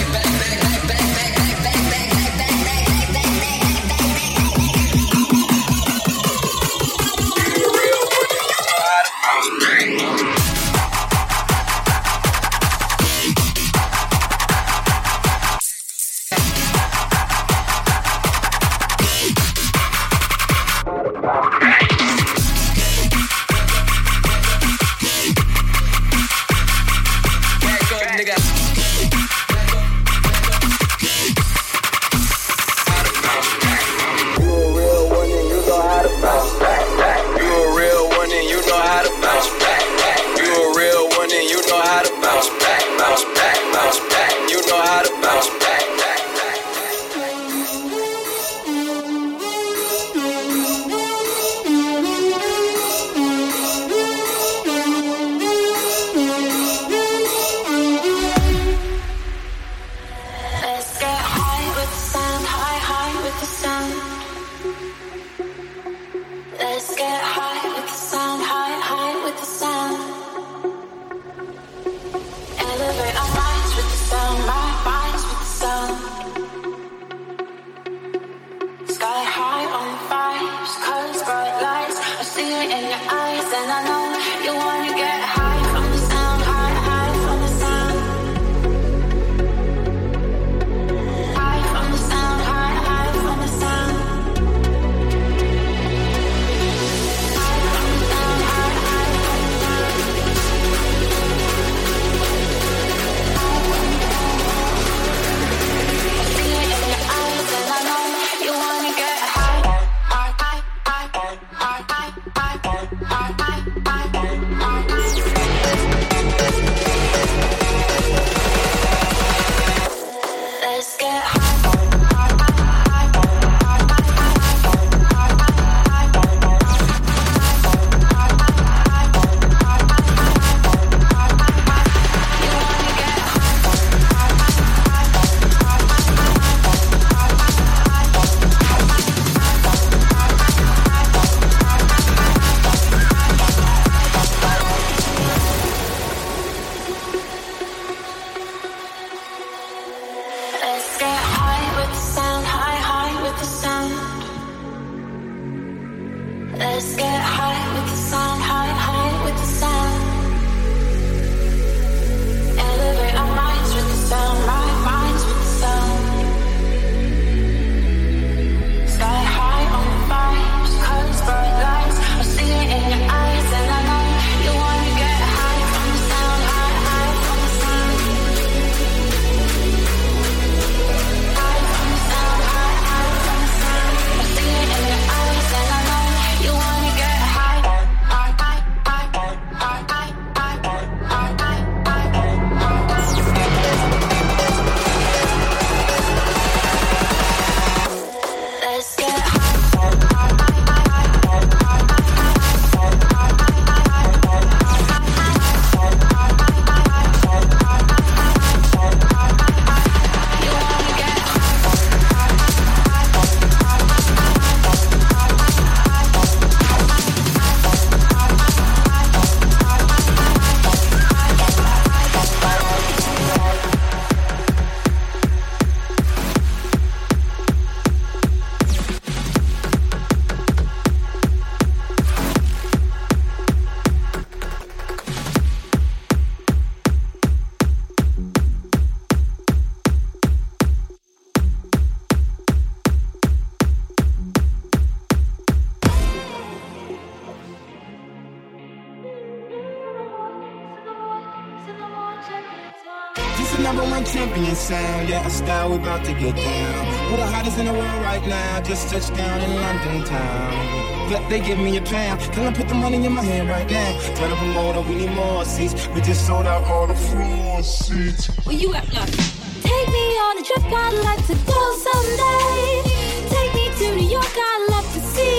number one champion sound, yeah, a style we about to get down. We're the hottest in the world right now, just touched down in London town. But they give me a pound, tell them put the money in my hand right now. Tell the promoter we need more seats, we just sold out all the floor seats. Where you at, look? Take me on a trip, I'd like to go someday. Take me to New York, I'd love to see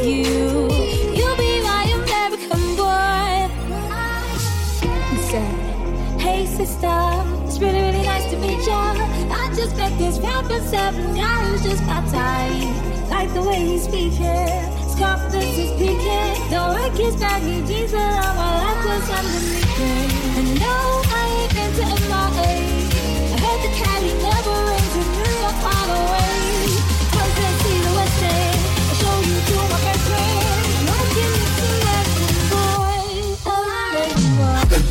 with you. You'll be my American boy. He said, hey sister, it's really, really nice to meet ya. I just met this rapper seven guy who's just my type. Like the way he's speaking, his confidence is peaking. Don't like his baggy jeans, but all my life was underneath it. And no, I ain't into M I A. I heard the caddy never rains in New York all the way. Come and see the West End. I'll show you to my best friend. No gimmicks in that boy. Oh, American boy.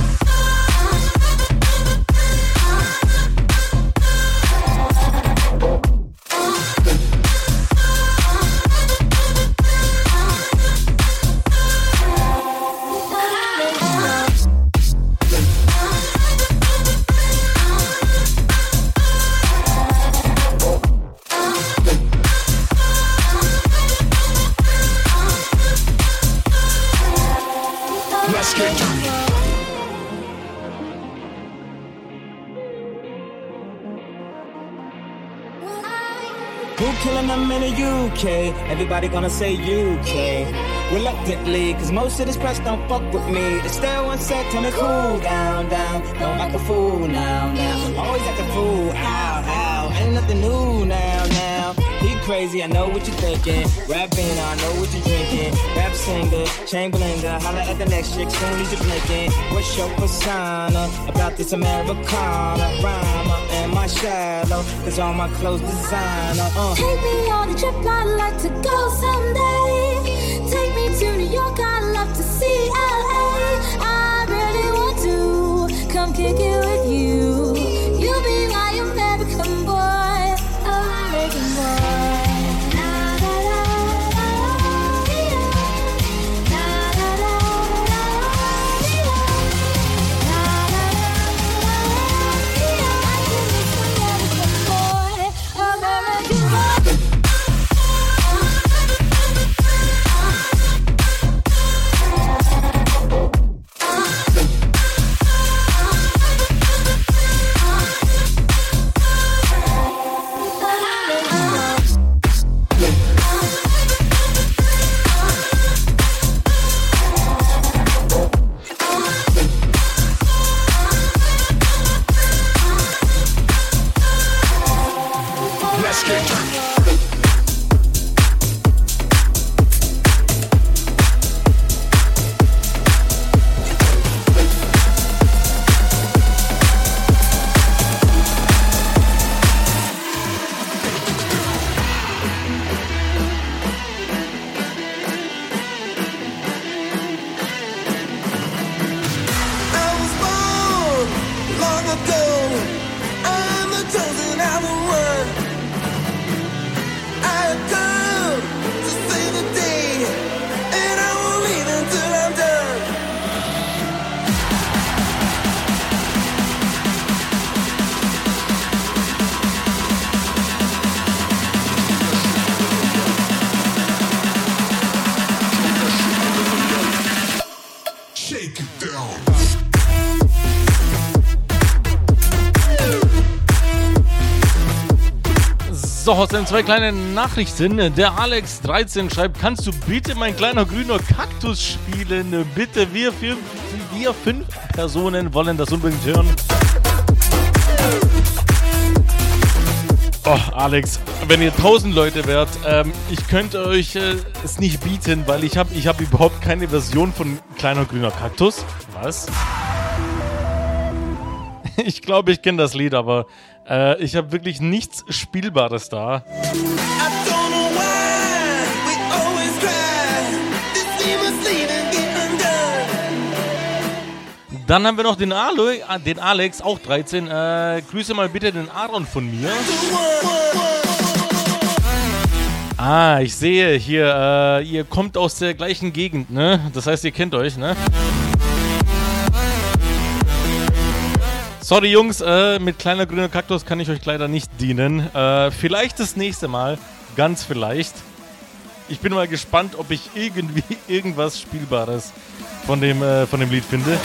Who killing them in the U K? Everybody gonna say U K. Reluctantly, cause most of this press don't fuck with me. It's still one set, turn it cool down, down. Don't act a fool now, now. Always act a fool, ow, ow. Ain't nothing new now, now. He crazy, I know what you're thinking. Rapping, I know what you're drinking. Rap singer, Chamberlain, holla at the next chick, soon as you're blinking. What's your persona about this Americana? Rhymer, am I shallow? Cause all my clothes designer. Uh. Take me on a trip, I'd like to go someday. Take me to New York, I'd love to see L A. I really want to come kick it with you. You'll be my American boy, American boy. So, aus den zwei kleinen Nachrichten. Der Alex dreizehn schreibt, kannst du bitte mein kleiner grüner Kaktus spielen? Bitte, wir, vier, wir fünf Personen wollen das unbedingt hören. Oh, Alex, wenn ihr tausend Leute wärt, ähm, ich könnte euch äh, es nicht bieten, weil ich habe ich hab überhaupt keine Version von kleiner grüner Kaktus. Was? Ich glaube, ich kenne das Lied, aber äh, ich habe wirklich nichts Spielbares da. Dann haben wir noch den, Alo, den Alex, auch dreizehn. Äh, grüße mal bitte den Aaron von mir. Ah, ich sehe hier, äh, ihr kommt aus der gleichen Gegend, ne? Das heißt, ihr kennt euch, ne? Sorry Jungs, äh, mit kleiner grüner Kaktus kann ich euch leider nicht dienen. Äh, vielleicht das nächste Mal, ganz vielleicht. Ich bin mal gespannt, ob ich irgendwie irgendwas Spielbares von dem, äh, von dem Lied finde.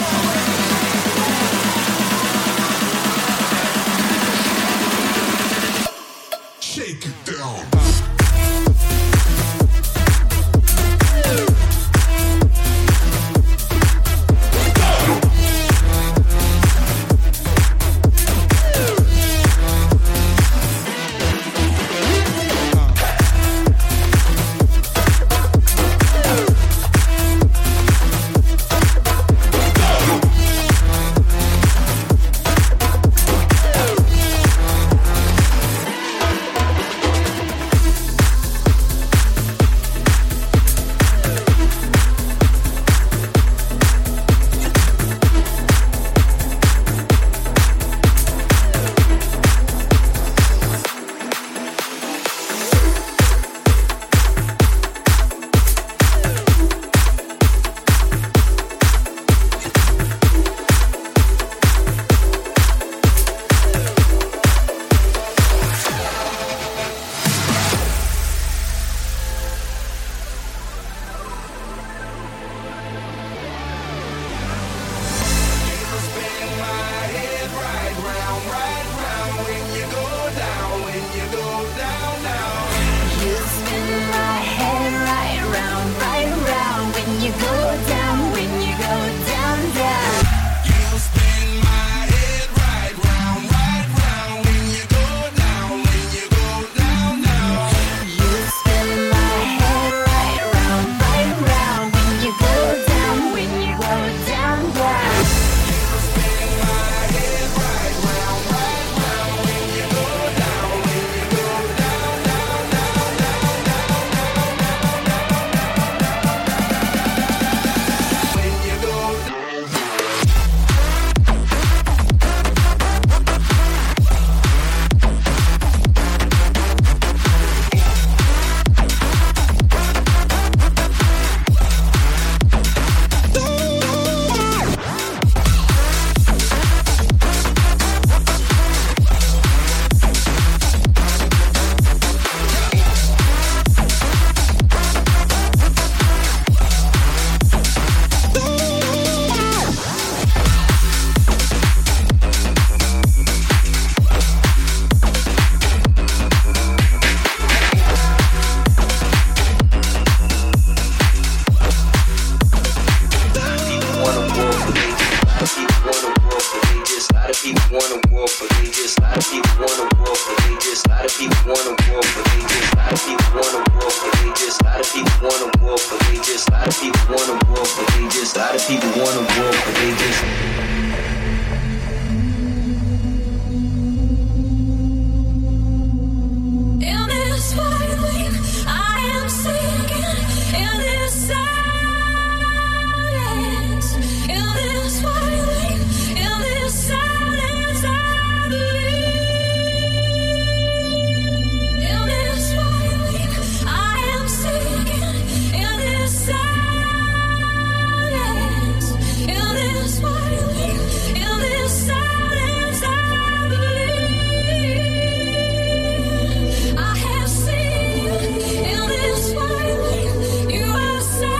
Shake it down. wanna walk, but they just, a lot of people wanna walk, but they just, a lot of people wanna walk, but they just. In this violin, I am singing. In this silence, in this violin, in this silence, I believe. In this violin, I am singing. In this silence, in this violin, in this silence, I believe. I have seen in this violin, you are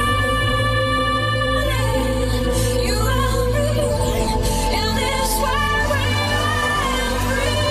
silent, you are breathing. In this violin, I am free.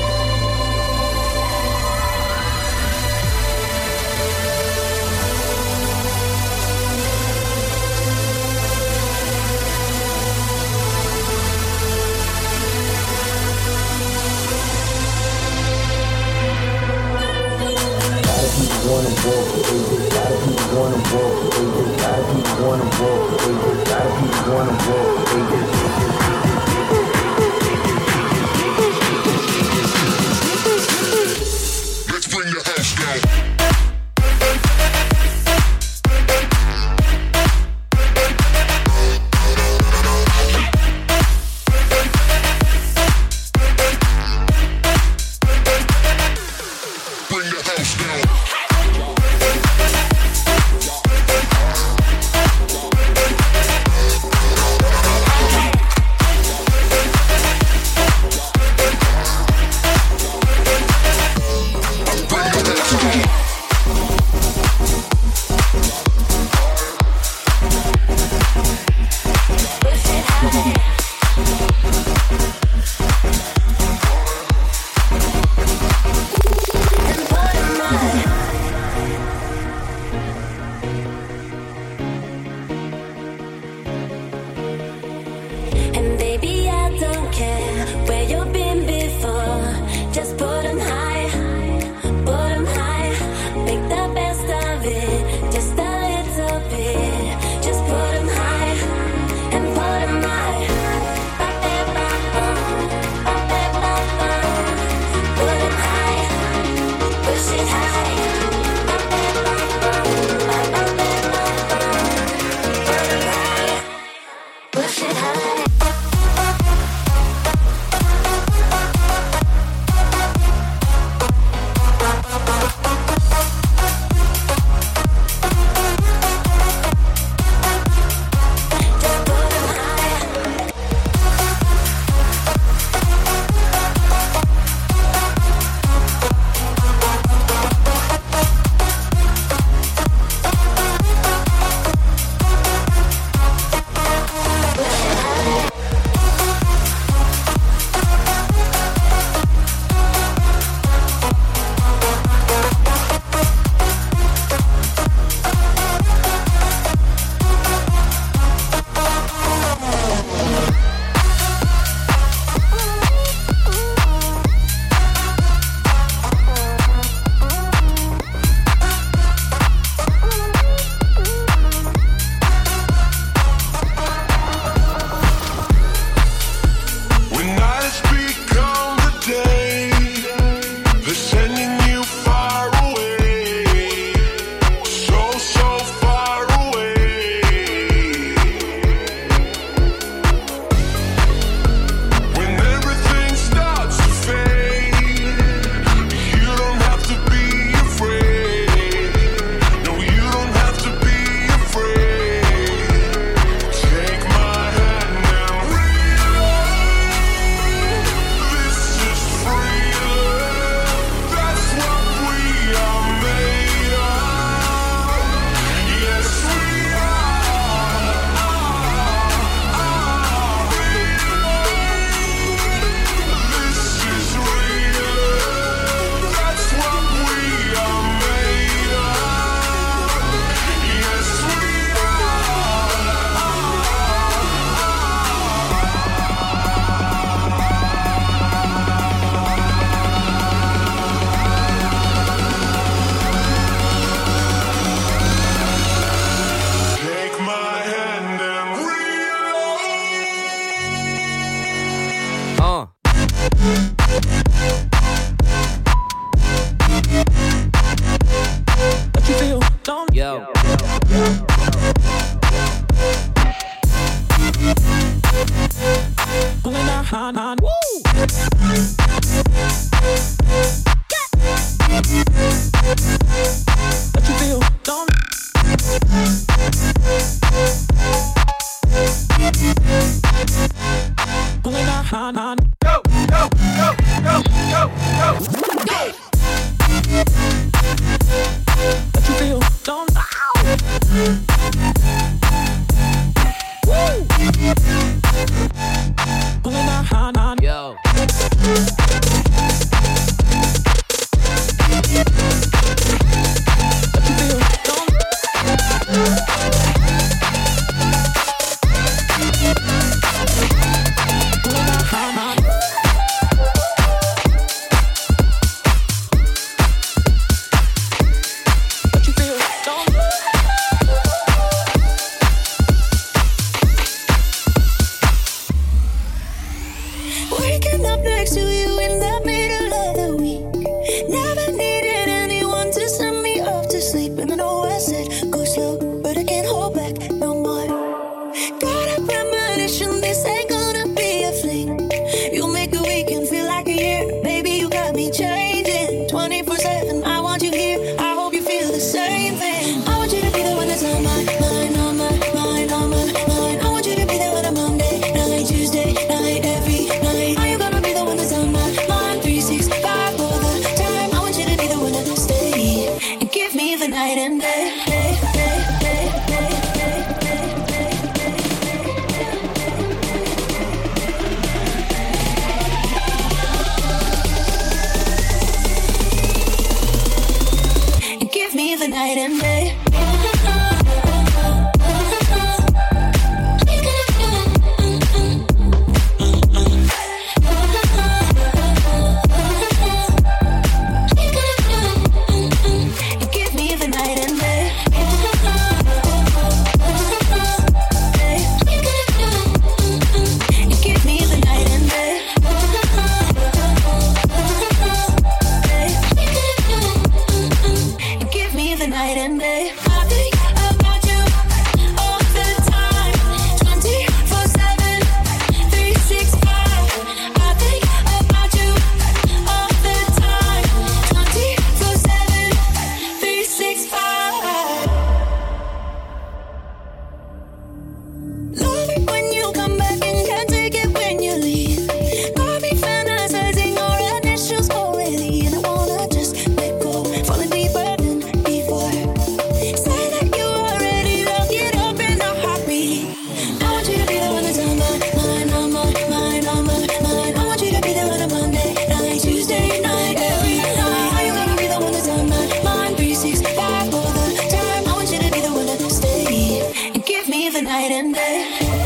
Let's bring the house down. Bring the house down. Pulling out, hon, hon, woo! What you feel? Don't. Pulling out, hon, hon. Go, go, go, go, go, go, go. What you feel? Don't. Woo! Pulling out, hon, hon. Yo. What you feel? Don't. Pulling out, hon, hon. What you feel? Don't. Waking up next to you in the middle of the week. Never needed anyone to send me off to sleep. And I know I said go slow, but I can't hold back no more. Got a premonition, this ain't gonna be a fling. You make a weekend feel like a year. Baby, you got me changing twenty-four seven, I want you here. I hope you feel the same thing. I want you to be the one that's on my mind, on my mind, on my mind. I want you to be there on a Monday night, Tuesday night, every night. Are you gonna be the one that's on my mind? three sixty-five all the time. I want you to be the one that stay and give me the night and day. day, day, day, day, day, day, day, day. And give me the night and day. Give me the night and day. Give me the night and day. Give me the night and day. I think about you all the time, twenty-four seven, three sixty-five. I think about you all the time, twenty-four seven, three sixty-five. Love it when you come back and can't take it when you leave. Got me fantasizing your initials already, and I wanna just let go, falling deeper than before. Say that you already love, get up in a heartbeat. I want you to be the one that's on my mind, on my mind, on my mind. I want you to be there on a Monday night, Tuesday night, every night. Are you gonna be the one that's on my mind? three sixty-five all the time. I want you to be the one that stay and give me the night and day.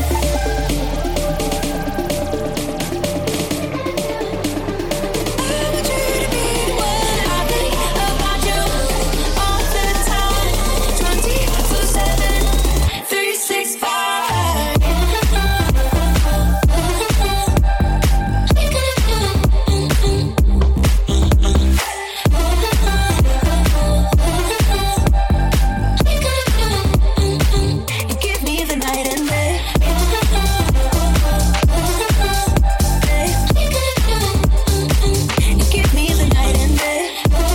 I want you to be the one. I think about you all the time, twenty-four seven, three sixty-five. Give me the night and day. Give me the night and day.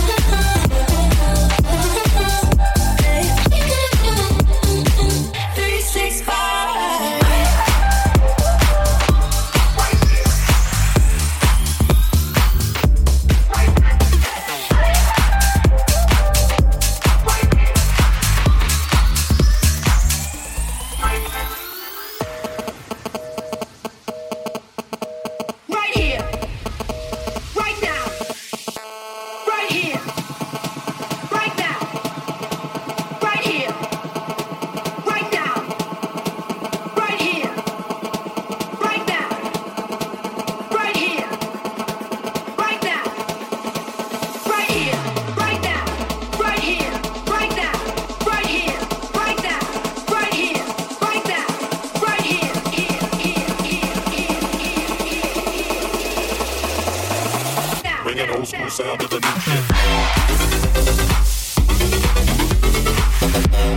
three sixty-five. Right here, right now, right here, right now, right here, right now, right here, right now, right here, right now, right here, right now, right here, right now, right here, right now, right here, right now, right here, here, here, here, here, here, here, here. Bring an old school sound to the new shit.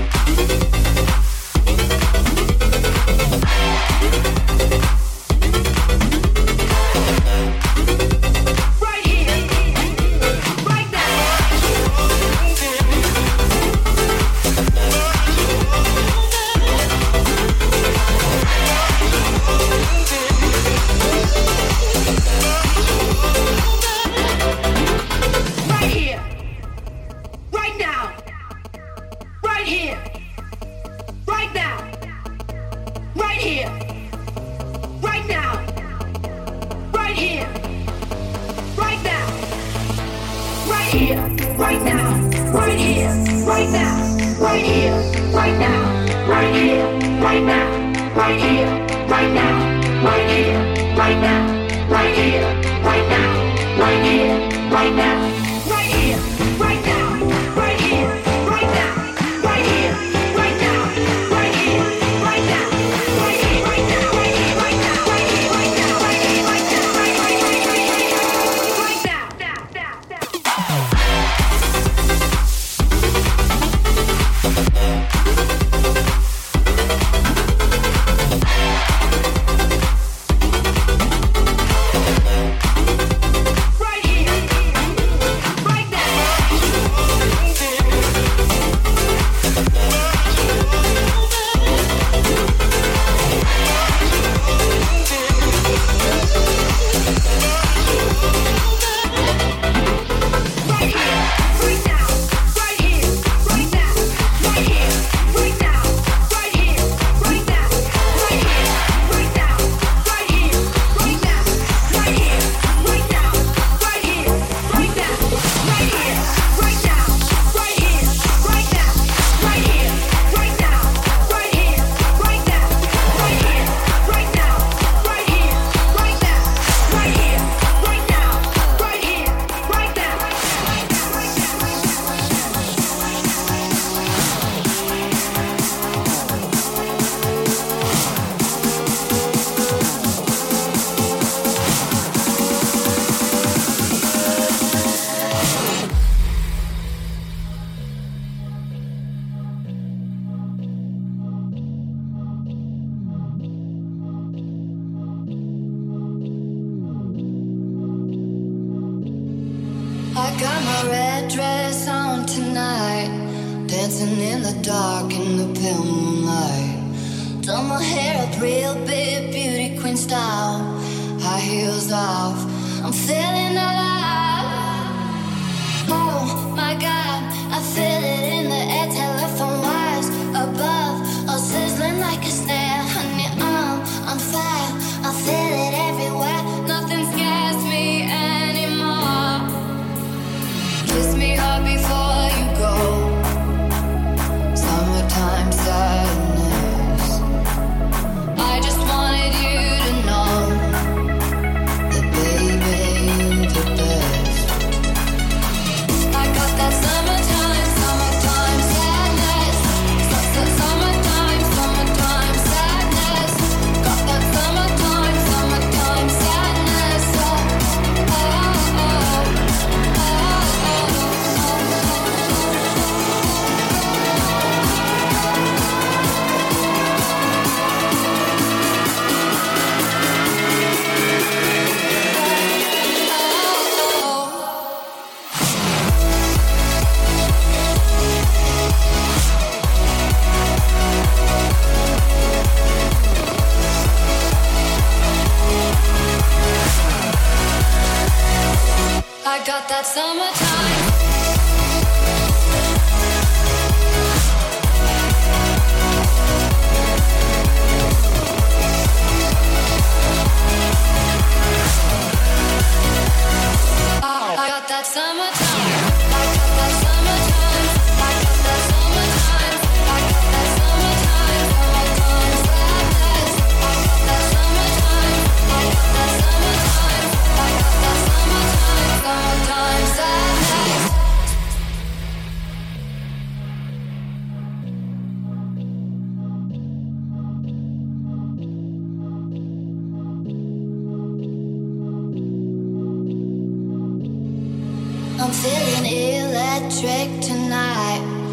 I'm feeling electric tonight.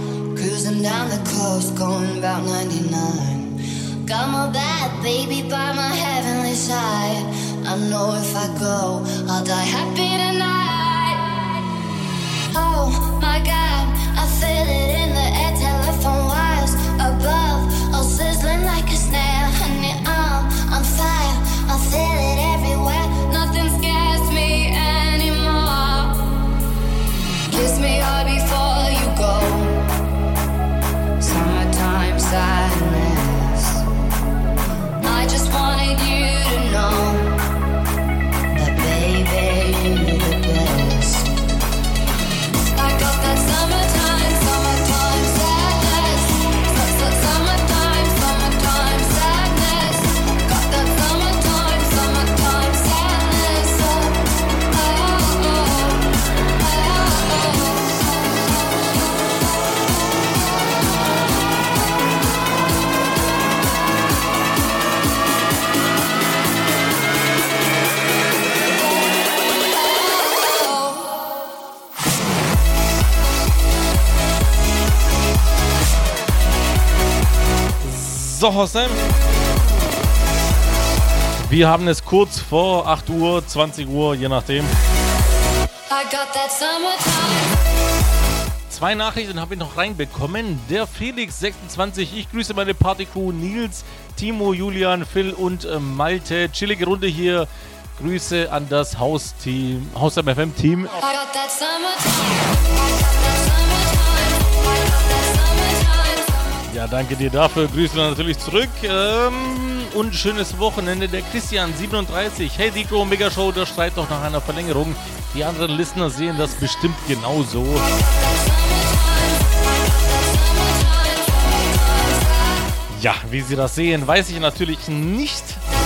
Cruising down the coast, going about ninety-nine. Got my bad baby by my heavenly side. I know if I go, I'll die happy tonight. Oh my God, I feel it in the air, telephone wires above, all sizzling like a snare. Honey, I'm on fire, I feel it everywhere. Nothing scares me anymore. Kiss me hard before you go. Summertime sadness. I just wanted you to know that baby, you're the best. I got that summertime, summertime sadness. Su- Summertime, summertime sadness. Got that summertime, summertime sadness. Oh, oh, oh, oh, oh. So, Hossam. Wir haben es kurz vor acht Uhr, zwanzig Uhr, je nachdem. I got that summertime. Zwei Nachrichten habe ich noch reinbekommen. Der Felix sechsundzwanzig, ich grüße meine Partycrew Nils, Timo, Julian, Phil und äh, Malte. Chillige Runde hier. Grüße an das Hausteam, Hausteam F M Team. I got that summertime. I got that summertime. I got that summertime. Ja, danke dir dafür. Grüße natürlich zurück. Ähm, und schönes Wochenende. Der Christian siebenunddreißig. Hey, Dicro Mega Show, der schreit doch nach einer Verlängerung. Die anderen Listener sehen das bestimmt genauso. Ja, wie sie das sehen, weiß ich natürlich nicht.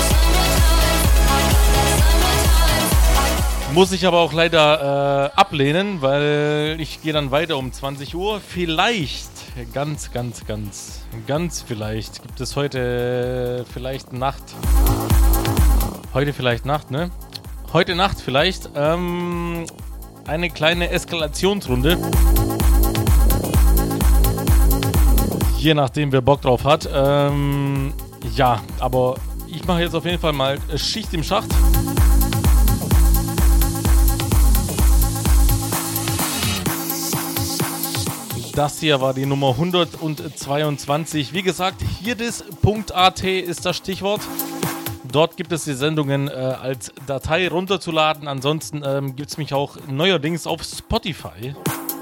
Muss ich aber auch leider äh, ablehnen, weil ich gehe dann weiter um zwanzig Uhr. Vielleicht, ganz, ganz, ganz, ganz vielleicht gibt es heute vielleicht Nacht. Heute vielleicht Nacht, ne? Heute Nacht vielleicht ähm, eine kleine Eskalationsrunde. Je nachdem, wer Bock drauf hat. Ähm, ja, aber ich mache jetzt auf jeden Fall mal Schicht im Schacht. Das hier war die Nummer hundertzweiundzwanzig. Wie gesagt, hierdis punkt a t ist das Stichwort. Dort gibt es die Sendungen äh, als Datei runterzuladen. Ansonsten ähm, gibt es mich auch neuerdings auf Spotify.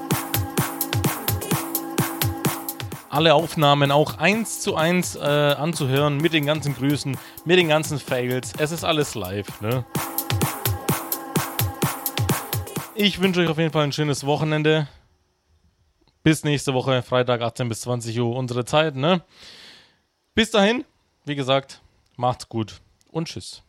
Alle Aufnahmen auch eins zu eins äh, anzuhören mit den ganzen Grüßen, mit den ganzen Fails. Es ist alles live, ne? Ich wünsche euch auf jeden Fall ein schönes Wochenende. Bis nächste Woche, Freitag achtzehn bis zwanzig Uhr, unsere Zeit, ne? Bis dahin, wie gesagt, macht's gut und tschüss.